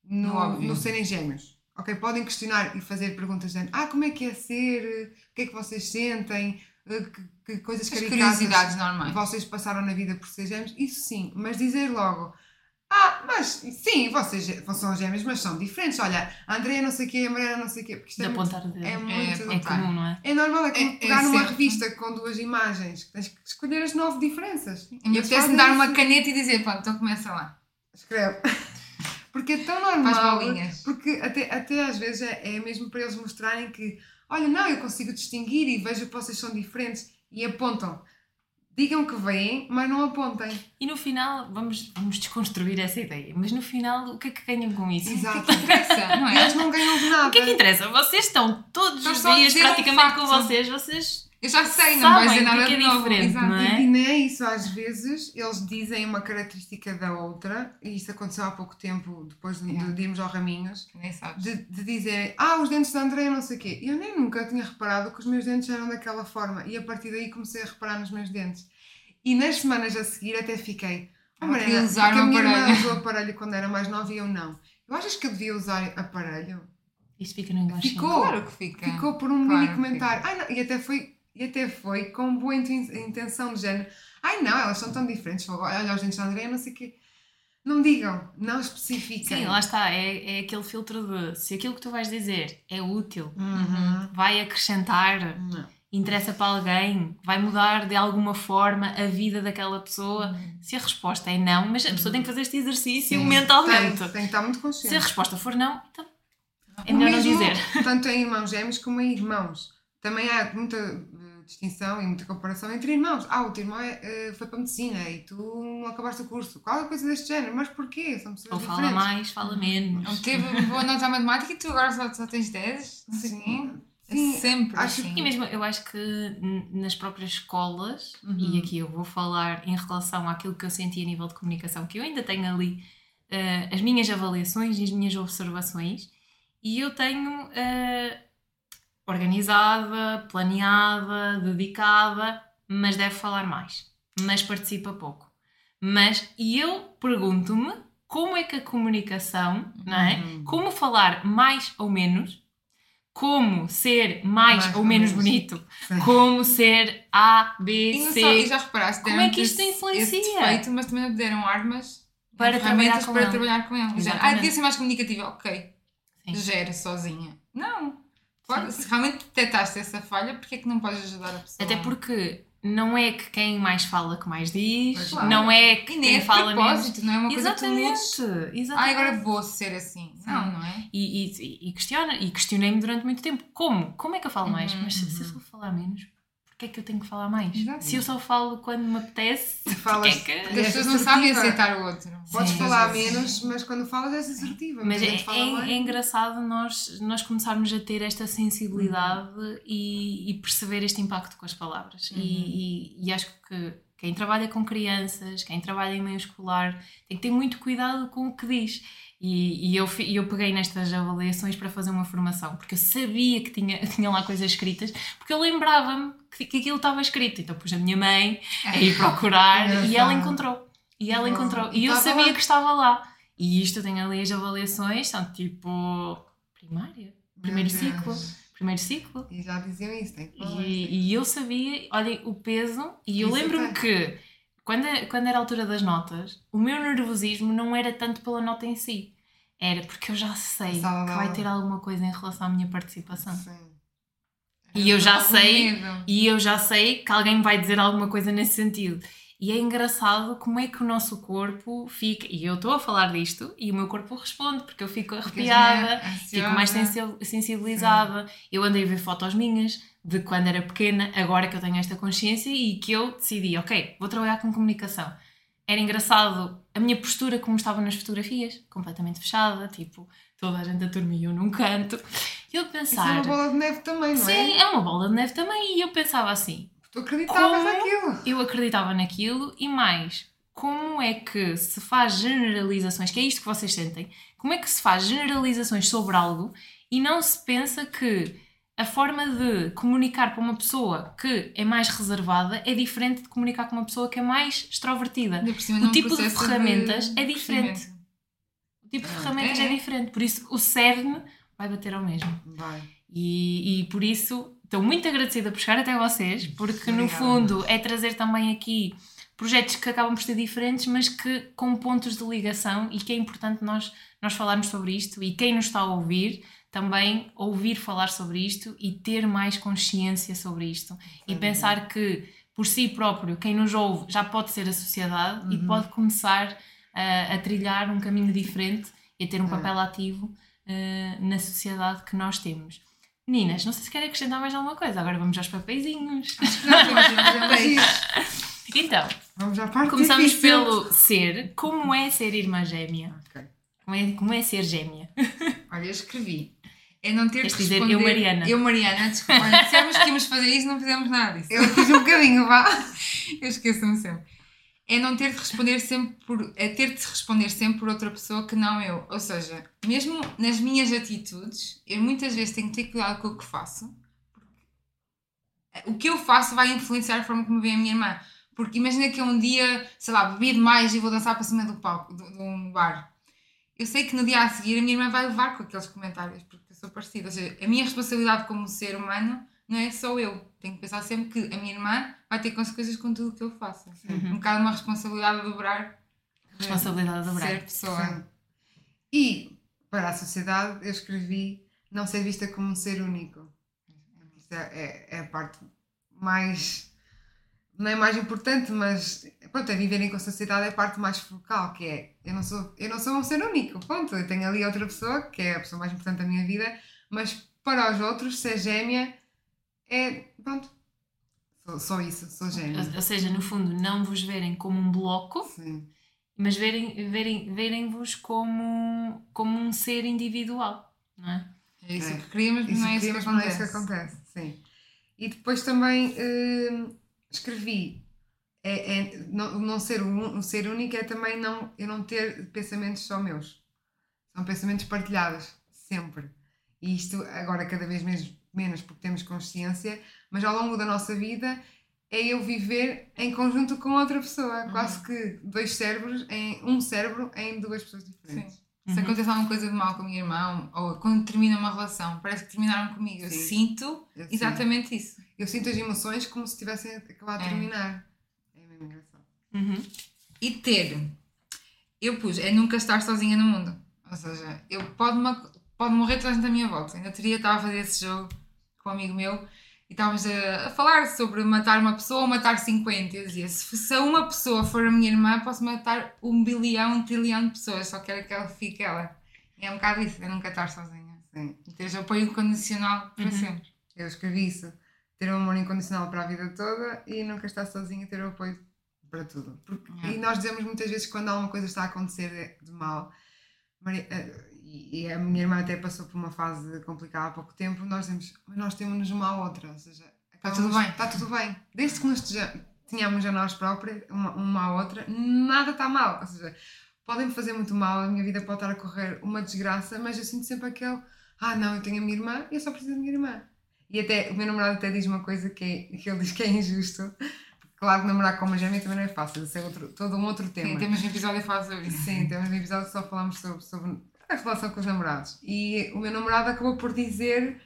no, no serem gêmeos. Ok, podem questionar e fazer perguntas dizendo, ah, como é que é ser, o que é que vocês sentem, que, que coisas as caricatas curiosidades normais vocês passaram na vida por ser gêmeos, isso sim, mas dizer logo, ah, mas sim, vocês são gêmeos, mas são diferentes. Olha, a Andréia não sei o quê, a Mariana não sei o quê. Porque isto de é apontar muito, o dedo. É, muito, é, é comum, não é? É normal, é como é, pegar é numa certo. revista com duas imagens. Tens que escolher as nove diferenças. E me apetece-me dar uma caneta e dizer, pronto, então começa lá. Escreve. Porque é tão normal. Porque até, até às vezes é, é mesmo para eles mostrarem que, olha, não, eu consigo distinguir e vejo que vocês são diferentes. E apontam. Digam que veem, mas não apontem. E no final, vamos, vamos desconstruir essa ideia, mas no final, o que é que ganham com isso? Exato. O que é que interessa? Não é? Eles não ganham nada. O que é que interessa? Vocês estão todos então, os dias praticamente com vocês, vocês... Eu já sei, não vai dizer nada que é de novo. Diferente, não é? E, e nem é isso, às vezes eles dizem uma característica da outra, e isso aconteceu há pouco tempo, depois de, de, de irmos ao Raminhos, nem sabes. De, de dizerem, ah, os dentes da Andréia não sei o quê. Eu nem nunca tinha reparado que os meus dentes eram daquela forma, e a partir daí comecei a reparar nos meus dentes. E nas semanas a seguir até fiquei, oh, Mariana, porque a minha irmã usou aparelho quando era mais nova e eu não. Eu achas que eu devia usar aparelho? Isso fica no inconsciente. Ficou, claro que fica. Ficou por um claro mini comentário. Ai, não, e, até foi, e até foi com boa intenção de género. Ai não, elas são tão diferentes. Olha os dentes da Andréia, não sei o quê. Não digam, não especifiquem. Sim, lá está. É, é aquele filtro de se aquilo que tu vais dizer é útil, uhum. vai acrescentar... Não. Interessa para alguém, vai mudar de alguma forma a vida daquela pessoa. Uhum. Se a resposta é não, mas a pessoa uhum. tem que fazer este exercício Sim, mentalmente. Tem, tem que estar muito consciente. Se a resposta for não, então É melhor não mesmo, dizer. Tanto em irmãos gêmeos como em irmãos. Também há muita uh, distinção e muita comparação entre irmãos. Ah, o teu irmão é, uh, foi para a medicina e tu não acabaste o curso. Qualquer coisa deste género. Mas porquê? São pessoas Ou diferentes. fala mais, fala menos. Não teve boa nota à matemática e tu agora só, só tens dez? Não sei Sim. É sempre acho assim. E mesmo, eu acho que n- nas próprias escolas, Uhum. e aqui eu vou falar em relação àquilo que eu senti a nível de comunicação, que eu ainda tenho ali uh, as minhas avaliações e as minhas observações, e eu tenho uh, organizada, planeada, dedicada, mas deve falar mais, mas participa pouco. Mas, e eu pergunto-me como é que a comunicação, não é? Uhum. Como falar mais ou menos, como ser mais, Mais ou ou menos menos. bonito, Sim. como ser A, B, E, não C. só, e já reparaste, Como deram é que isto esse, influencia? esse defeito, mas também não deram armas Para ferramentas trabalhar com para ele. trabalhar com ele. Ah, Exatamente. devia ser mais comunicativa, ok. Sim. Gera sozinha. Não. Pode, Sim. se realmente detectaste essa falha, porque é que não podes ajudar a pessoa? Até porque não é que quem mais fala que mais diz, Claro. não é que E nem quem é de fala menos. propósito, não é uma coisa que tu mudes. Exatamente, Ah, exatamente. agora vou ser assim. Não, não é? E, e, e, questiona, e questionei-me durante muito tempo. Como? Como é que eu falo mais? Uhum, Mas se, se eu só falar menos, porquê é que eu tenho que falar mais? Exato. Se eu só falo quando me apetece, E falas- porquê é que... Porque as és pessoas não sabem assertiva. aceitar o outro. Podes Sim. falar Às vezes. menos, mas quando falas és assertiva. Mas Muita é, gente fala é, mais. é engraçado nós, nós começarmos a ter esta sensibilidade e, e perceber este impacto com as palavras. Uhum. E, e, e acho que quem trabalha com crianças, quem trabalha em meio escolar, tem que ter muito cuidado com o que diz. E, e eu, fi- eu peguei nestas avaliações para fazer uma formação, porque eu sabia que tinha, tinha lá coisas escritas, porque eu lembrava-me que, que aquilo estava escrito. Então pus a minha mãe a ir procurar e ela Engraçado. encontrou. E ela Bom, encontrou. e E eu estava sabia lá. que estava lá. E isto eu tenho ali as avaliações, são tipo primária, primeiro Meu ciclo, Deus. primeiro ciclo. E já diziam isso, tem que falar. E, e eu sabia, olhem, o peso, e eu Isso lembro-me tem. que quando, quando era a altura das notas, o meu nervosismo não era tanto pela nota em si, era porque eu já sei que Sala de vai aula. ter alguma coisa em relação à minha participação. Sim. E eu já Algum sei, medo. e eu já sei que alguém me vai dizer alguma coisa nesse sentido. E é engraçado como é que o nosso corpo fica, e eu estou a falar disto, e o meu corpo responde, porque eu fico Ficas arrepiada, ansiosa. fico mais sensi- sensibilizada. Eu andei a ver fotos minhas de quando era pequena, agora que eu tenho esta consciência e que eu decidi, ok, vou trabalhar com comunicação. Era engraçado a minha postura como estava nas fotografias, completamente fechada, tipo, toda a gente a dormir e eu num canto. E eu Isso é pensar, uma bola de neve também, não sim, é? é uma bola de neve também, e eu pensava assim, Tu acreditavas Como? naquilo. eu acreditava naquilo e mais, como é que se faz generalizações, que é isto que vocês sentem, como é que se faz generalizações sobre algo e não se pensa que a forma de comunicar para uma pessoa que é mais reservada é diferente de comunicar com uma pessoa que é mais extrovertida. Ainda por cima, O num tipo de processo ferramentas é diferente. crescimento. O tipo de É. ferramentas É, é, é. diferente, por isso o cerne vai bater ao mesmo. Vai. E, e por isso estou muito agradecida por chegar até vocês, porque no Obrigada. fundo é trazer também aqui projetos que acabam por ser diferentes, mas que com pontos de ligação, e que é importante nós, nós falarmos sobre isto, e quem nos está a ouvir também ouvir falar sobre isto e ter mais consciência sobre isto e Sem pensar que por si próprio quem nos ouve já pode ser a sociedade e pode começar a, a trilhar um caminho diferente e a ter um É. papel ativo eh, na sociedade que nós temos. Meninas, não sei se querem acrescentar mais alguma coisa, agora vamos aos papeizinhos. Não, temos de fazer isto. Então, Vamos à parte começamos difícil. pelo ser. Como é ser irmã gêmea? Ok. Como é, como é ser gêmea? Olha, eu escrevi. É não ter Queres que dizer responder... eu, Mariana? Eu, Mariana, desculpa. Olha, dissemos que íamos fazer isso, não fizemos nada disso. Eu fiz um bocadinho, vá. Eu esqueço-me sempre. É não ter de responder sempre por... É ter de responder sempre por outra pessoa que não eu. Ou seja, mesmo nas minhas atitudes, eu muitas vezes tenho que ter cuidado com o que faço. Porque o que eu faço vai influenciar a forma como vê a minha irmã. Porque imagina que eu um dia, sei lá, bebi demais e vou dançar para cima do palco, de, de um bar. Eu sei que no dia a seguir a minha irmã vai levar com aqueles comentários, porque eu sou parecida. Ou seja, a minha responsabilidade como ser humano não é só eu. Tenho que pensar sempre que a minha irmã vai ter consequências com tudo o que eu faço. Um bocado uma responsabilidade a dobrar. Responsabilidade a dobrar. Ser pessoa. Sim. E, para a sociedade, eu escrevi não ser vista como um ser único. Isso é, é, é a parte mais não é mais importante, mas pronto, é viverem com a sociedade é a parte mais focal, que é, eu não sou, eu não sou um ser único, ponto, eu tenho ali outra pessoa, que é a pessoa mais importante da minha vida, mas para os outros, ser gêmea é, pronto, sou, sou isso, sou gêmea. Ou, ou seja, no fundo, não vos verem como um bloco, Sim. mas verem, verem, verem-vos como, como um ser individual, não é? É isso É. que queríamos, mas Isso não é isso que queríamos, mas não é acontece. isso que acontece, sim. E depois também hum, escrevi, é, é, não, não ser um, um ser único é também não, eu não ter pensamentos só meus. São pensamentos partilhados, sempre. E isto agora cada vez menos, menos porque temos consciência, mas ao longo da nossa vida é eu viver em conjunto com outra pessoa. Uhum. Quase que dois cérebros, em um cérebro em duas pessoas diferentes. Sim. Se Uhum. acontece alguma coisa de mal com a minha irmã, ou quando termina uma relação, parece que terminaram comigo. Eu Sim. sinto Eu exatamente isso. Eu sinto as emoções como se tivessem acabado de É. terminar. É mesmo engraçado. Uhum. E ter, eu pus, é nunca estar sozinha no mundo. Ou seja, eu pode, pode morrer toda a gente à minha volta. Ainda teria, estava a fazer esse jogo com um amigo meu e estávamos a, a falar sobre matar uma pessoa ou matar cinquenta. Eu dizia, se, se uma pessoa for a minha irmã, posso matar um bilhão, um trilhão de pessoas, só quero que ela fique ela. E é um bocado isso, é nunca estar sozinha. Sim. E teres apoio incondicional para Uhum. sempre. Eu escrevi isso. Ter um amor incondicional para a vida toda e nunca estar sozinha, ter o apoio para tudo. Porque, É. E nós dizemos muitas vezes que quando alguma coisa está a acontecer de mal, Maria, e, e a minha irmã até passou por uma fase complicada há pouco tempo, nós dizemos, mas nós temos uma à outra, ou seja, Está tudo bem. Está tudo bem. Desde que nos tínhamos a nós próprias, uma, uma à outra, nada está mal. Ou seja, podem-me fazer muito mal, a minha vida pode estar a correr uma desgraça, mas eu sinto sempre aquele, ah não, eu tenho a minha irmã e eu só preciso da minha irmã. E até, o meu namorado até diz uma coisa que, é, que ele diz que é injusto, porque claro que namorar com uma gêmea também não é fácil, isso é outro, todo um outro tema. Sim, temos um episódio a falar sobre isso. Sim, temos um episódio que só falamos sobre, sobre a relação com os namorados. E o meu namorado acabou por dizer,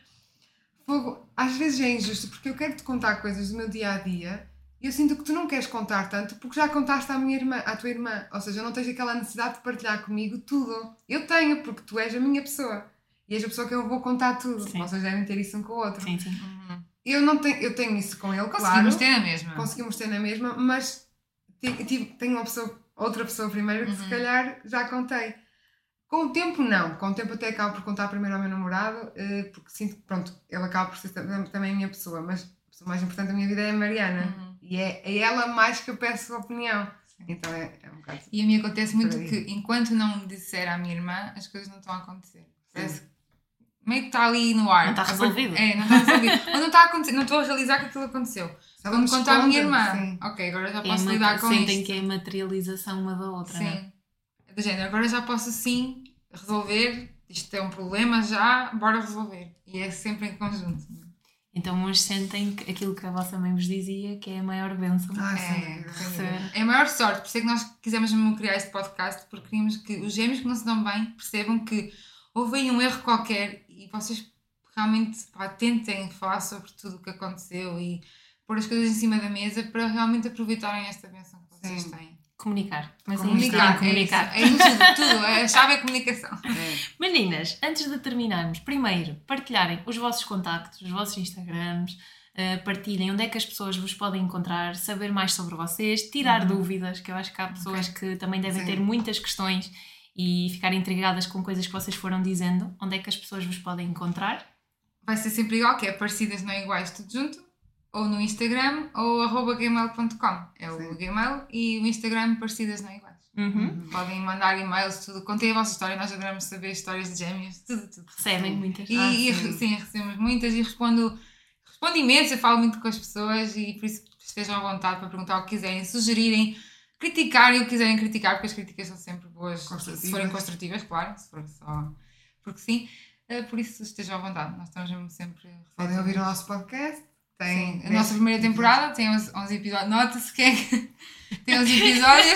Fogo, às vezes é injusto, porque eu quero-te contar coisas do meu dia-a-dia e eu sinto que tu não queres contar tanto porque já contaste à, minha irmã, à tua irmã. Ou seja, não tens aquela necessidade de partilhar comigo tudo. Eu tenho, porque tu és a minha pessoa. E és a pessoa que eu vou contar tudo. Sim. Vocês devem ter isso um com o outro. Sim, sim. Uhum. Eu, não tenho, eu tenho isso com ele, Conseguimos claro. ter na mesma. Conseguimos ter na mesma, mas ti- ti- tenho uma pessoa, outra pessoa primeiro que Uhum. se calhar já contei. Com o tempo não, com o tempo até acabo por contar primeiro ao meu namorado, eh, porque sinto que pronto, ele acaba por ser tam- também a minha pessoa, mas a pessoa mais importante da minha vida é a Mariana. Uhum. E é, é ela mais que eu peço opinião. Sim. Então é, é um bocado. E a mim acontece muito Por aí. que enquanto não disser à minha irmã, as coisas não estão a acontecer. Parece que meio que está ali no ar. Não está resolvido. É, não está resolvido. Ou não está a acontecer, não estou a realizar que aquilo aconteceu. Se ela Quando me conto à minha esconde, irmã, sim. ok, agora já É posso uma- lidar com sentem isto. que é a materialização uma da outra, não é? Sim. É do género, agora já posso sim resolver, isto é um problema já, bora resolver. E é sempre em conjunto. Então hoje sentem que aquilo que a vossa mãe vos dizia, que é a maior bênção. Ah, É, sem sem dúvida. dúvida. É a maior sorte, por isso é que nós quisemos mesmo criar este podcast, porque queríamos que os gêmeos que não se dão bem percebam que houve aí um erro qualquer e vocês realmente pá, tentem falar sobre tudo o que aconteceu e pôr as coisas em cima da mesa para realmente aproveitarem esta bênção que vocês Sim. têm. Comunicar. Mas Comunicar, comunicar. é isso. É isso, tudo, tudo. A chave é a comunicação. É. Meninas, antes de terminarmos, primeiro, partilharem os vossos contactos, os vossos Instagrams, uh, partilhem onde é que as pessoas vos podem encontrar, saber mais sobre vocês, tirar Uhum. dúvidas, que eu acho que há pessoas que também devem Sim. ter muitas questões e ficar intrigadas com coisas que vocês foram dizendo. Onde é que as pessoas vos podem encontrar? Vai ser sempre igual, que é parecidas não iguais, tudo junto. Ou no Instagram ou arroba gmail ponto com. É o Sim. Gmail e o Instagram parecidas não iguais. Uhum. Podem mandar e-mails, tudo. Contem a vossa história, nós adoramos saber histórias de gêmeos, tudo, tudo. Recebem Sim. muitas. E, Ah, e, sim. sim, recebemos muitas e respondo, respondo imenso, eu falo muito com as pessoas e por isso estejam à vontade para perguntar o que quiserem, sugerirem, criticarem o que quiserem criticar, porque as críticas são sempre boas, Construtivas. se forem construtivas, claro, se for só porque sim. Eh, Por isso estejam à vontade, nós estamos mesmo sempre Podem ouvir o nosso podcast. Tem Sim, a nossa primeira temporada tem onze, onze episódios. Nota-se que é que tem onze episódios.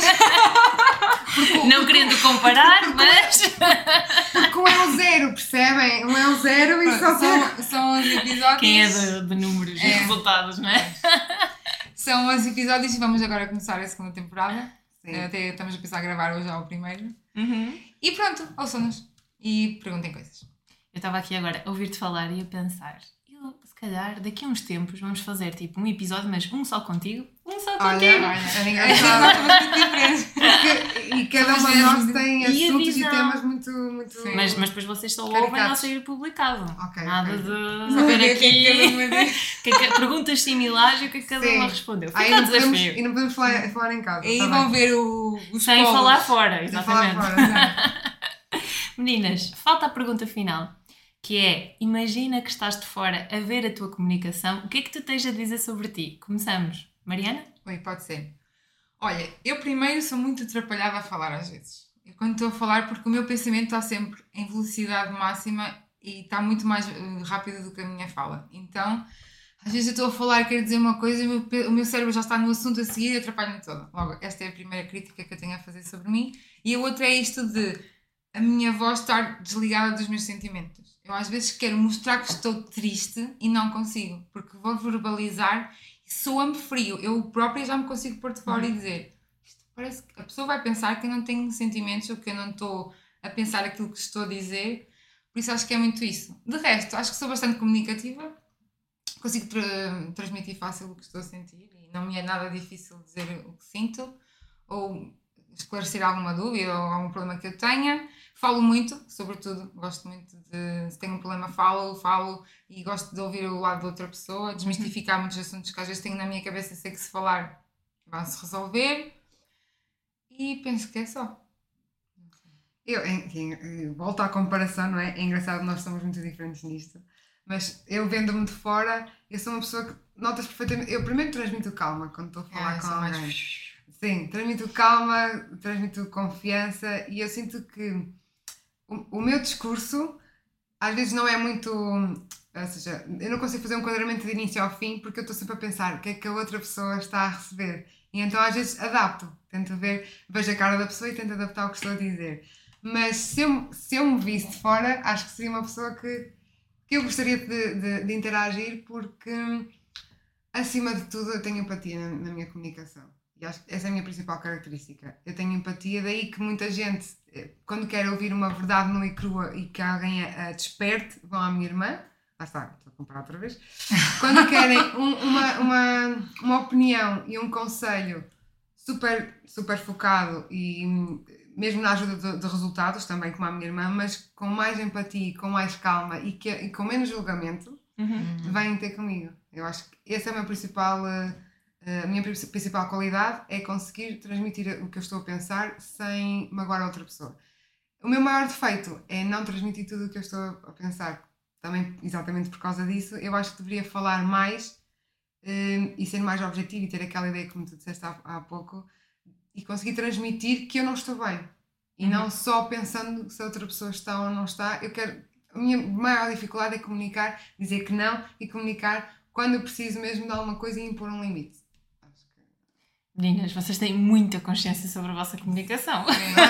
Não querendo comparar, mas... Porque um é um zero, percebem? Um é um zero e só tem. São, são onze episódios. Quem é de, de números e É. resultados, não é? São onze episódios e vamos agora começar a segunda temporada. Sim. Até estamos a pensar a gravar hoje já o primeiro. Uhum. E pronto, ouçam-nos e perguntem coisas. Eu estava aqui agora a ouvir-te falar e a pensar, eu se se calhar daqui a uns tempos vamos fazer tipo um episódio, mas um só contigo, um só Olha, contigo. é engraçado. Porque- E cada uma de nós tem E a assuntos e visão. temas muito. muito... Mas, mas depois vocês só Caricatos. ouvem ao sair publicado. Ok, Nada ok. de Saber saber o que é que cada uma aqui diz. que é que- perguntas similares e o que é que cada Sim. uma respondeu. Ah, e Fica o não podemos, desafio. e não podemos falar, falar em casa. Aí tá vão bem. ver o, os Sem polos. falar fora, Sem falar exatamente. fora, exato. Meninas, falta a pergunta final, que é, imagina que estás de fora a ver a tua comunicação, o que é que tu tens a dizer sobre ti? Começamos. Mariana? Oi, pode ser. Olha, eu primeiro sou muito atrapalhada a falar às vezes. Eu quando estou a falar, porque o meu pensamento está sempre em velocidade máxima e está muito mais uh, rápido do que a minha fala. Então, às vezes eu estou a falar e quero dizer uma coisa e o meu, pe- o meu cérebro já está no assunto a seguir e atrapalha-me toda. Logo, esta é a primeira crítica que eu tenho a fazer sobre mim. E a outra é isto de a minha voz estar desligada dos meus sentimentos. Eu às vezes quero mostrar que estou triste e não consigo, porque vou verbalizar e soa-me frio. Eu própria já me consigo pôr de fora e dizer isto parece que a pessoa vai pensar que eu não tenho sentimentos ou que eu não estou a pensar aquilo que estou a dizer. Por isso acho que é muito isso. De resto, acho que sou bastante comunicativa, consigo tra- transmitir fácil o que estou a sentir e não me é nada difícil dizer o que sinto ou esclarecer alguma dúvida ou algum problema que eu tenha. Falo muito, sobretudo, gosto muito de, se tenho um problema falo, falo e gosto de ouvir o lado da outra pessoa, desmistificar muitos assuntos que às vezes tenho na minha cabeça e sei que se falar vão-se resolver e penso que é só. Eu, enfim, eu volto à comparação, não é? É engraçado, nós somos muito diferentes nisto. Mas eu vendo-me de fora, eu sou uma pessoa que notas perfeitamente. Eu primeiro transmito calma quando estou a falar Ah, eu com sou alguém. mais... Sim, transmito calma, transmito confiança e eu sinto que o, o meu discurso às vezes não é muito. Ou seja, eu não consigo fazer um enquadramento de início ao fim porque eu estou sempre a pensar o que é que a outra pessoa está a receber. E então às vezes adapto, tento ver, vejo a cara da pessoa e tento adaptar o que estou a dizer. Mas se eu, se eu me visse de fora, acho que seria uma pessoa que, que eu gostaria de, de, de interagir porque, acima de tudo, eu tenho empatia na, na minha comunicação. E acho que essa é a minha principal característica. Eu tenho empatia, daí que muita gente, quando quer ouvir uma verdade nua e crua e que alguém a, a desperte, vão à minha irmã. Lá está, estou a comparar outra vez. Quando querem um, uma, uma, uma opinião e um conselho super, super focado e mesmo na ajuda de, de resultados, também como a minha irmã, mas com mais empatia, com mais calma e, que, e com menos julgamento, Uhum. vêm ter comigo. Eu acho que esse é o meu principal... A minha principal qualidade é conseguir transmitir o que eu estou a pensar sem magoar a outra pessoa. O meu maior defeito é não transmitir tudo o que eu estou a pensar. Também, exatamente por causa disso, eu acho que deveria falar mais um, e ser mais objetivo e ter aquela ideia, como tu disseste há, há pouco, e conseguir transmitir que eu não estou bem. E uhum. não só pensando se a outra pessoa está ou não está. Eu quero... A minha maior dificuldade é comunicar, dizer que não e comunicar quando eu preciso mesmo de alguma coisa e impor um limite. Meninas, vocês têm muita consciência sobre a vossa comunicação.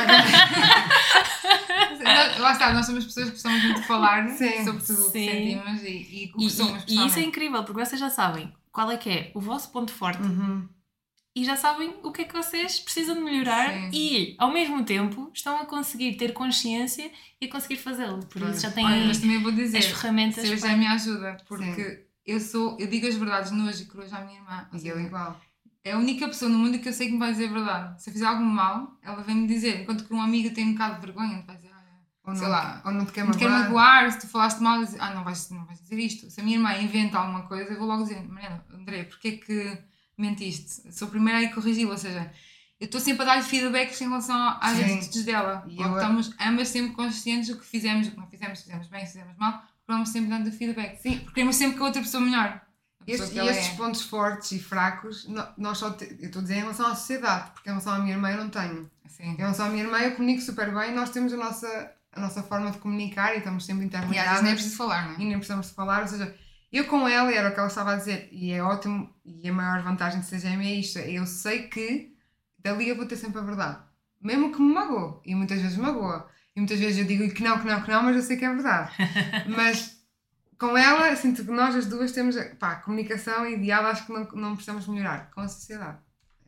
Lá está, nós somos pessoas que gostamos muito de falar Sim. sobre tudo o que Sim. sentimos e, e o que E, somos. e, e isso é incrível, porque vocês já sabem qual é que é o vosso ponto forte Uhum. e já sabem o que é que vocês precisam de melhorar. Sim. E, ao mesmo tempo, estão a conseguir ter consciência e a conseguir fazê-lo. Por isso já têm Olha, mas também vou dizer, as ferramentas ser para... já me ajuda, porque Sim. eu sou, eu digo as verdades nuas e cruas à minha irmã. E eu igual. É a única pessoa no mundo que eu sei que me vai dizer a verdade. Se eu fizer algo mal, ela vem-me dizer. Enquanto que um amigo tem um bocado de vergonha, vai dizer, Ou sei não, lá, ou não te quer não te quero magoar. magoar, se tu falaste mal, dizer, ah, não vais, não vais dizer isto. Se a minha irmã inventa alguma coisa, eu vou logo dizer, Mariana, André, porquê é que mentiste? Sou a primeira a ir corrigi-la, ou seja, eu estou sempre a dar-lhe feedbacks em relação às Sim. atitudes dela. E Logo, eu- estamos ambas sempre conscientes do que fizemos, do que não fizemos, se fizemos bem, se fizemos mal, vamos sempre dando feedback. Sim. Porque queremos sempre que a outra pessoa melhore. A pessoa Estes, que e ela estes é. pontos fortes e fracos, no- nós só te- eu estou a dizer em relação à sociedade, porque em relação à minha irmã eu não tenho. Assim. Em relação à minha irmã eu comunico super bem, nós temos a nossa, a nossa forma de comunicar e estamos sempre E às vezes interligadas. nem é preciso falar, não é? E nem precisamos de falar, ou seja, eu com ela, e era o que ela estava a dizer, e é ótimo, e a maior vantagem de ser gêmea é isto, é eu sei que dali eu vou ter sempre a verdade, mesmo que me magoe, e muitas vezes magoa, e muitas vezes eu digo que não, que não, que não, mas eu sei que é verdade, mas com ela, sinto que nós as duas temos, pá, a comunicação ideal, acho que não, não precisamos melhorar, com a sociedade.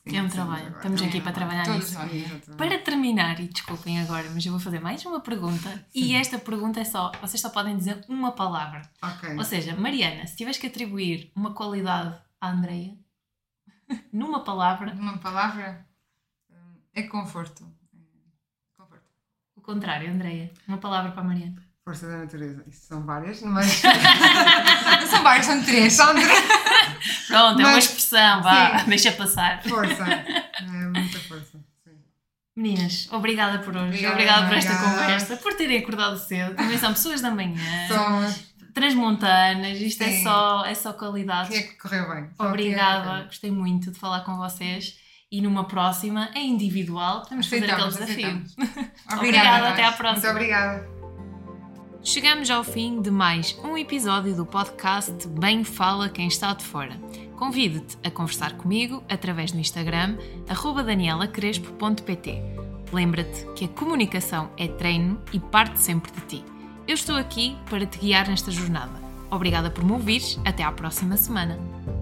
Que é um trabalho. Agora. Estamos aqui para trabalhar Todos nisso. nós. Exatamente. Para terminar, e desculpem agora, mas eu vou fazer mais uma pergunta. Sim. E esta pergunta é só, vocês só podem dizer uma palavra. Ok. Ou seja, Mariana, se tiveres que atribuir uma qualidade à Andreia, numa palavra... Numa palavra, é conforto. Conforto. O contrário, Andreia. Uma palavra para a Mariana. Força da natureza. Isso são várias, mas... Não são várias, são três. São três. Pronto, é Mas- uma expressão, vá, sim. deixa passar. Força. É muita força. Sim. Meninas, obrigada por hoje, Obrigada, obrigada por esta obrigada. conversa, por terem acordado cedo. Também são pessoas da manhã, Somos. transmontanas, isto é Sim. só, é só qualidade. Que é que correu bem. Só Obrigada, que é que gostei muito de falar com vocês e numa próxima, em individual, vamos fazer aquele Aceitamos, desafio. aceitamos. Obrigada, até à correu. próxima. Muito obrigada. Chegamos ao fim de mais um episódio do podcast Bem Fala Quem Está de Fora. Convido-te a conversar comigo através do Instagram arroba daniela crespo ponto pt. Lembra-te que a comunicação é treino e parte sempre de ti. Eu estou aqui para te guiar nesta jornada. Obrigada por me ouvires. Até à próxima semana.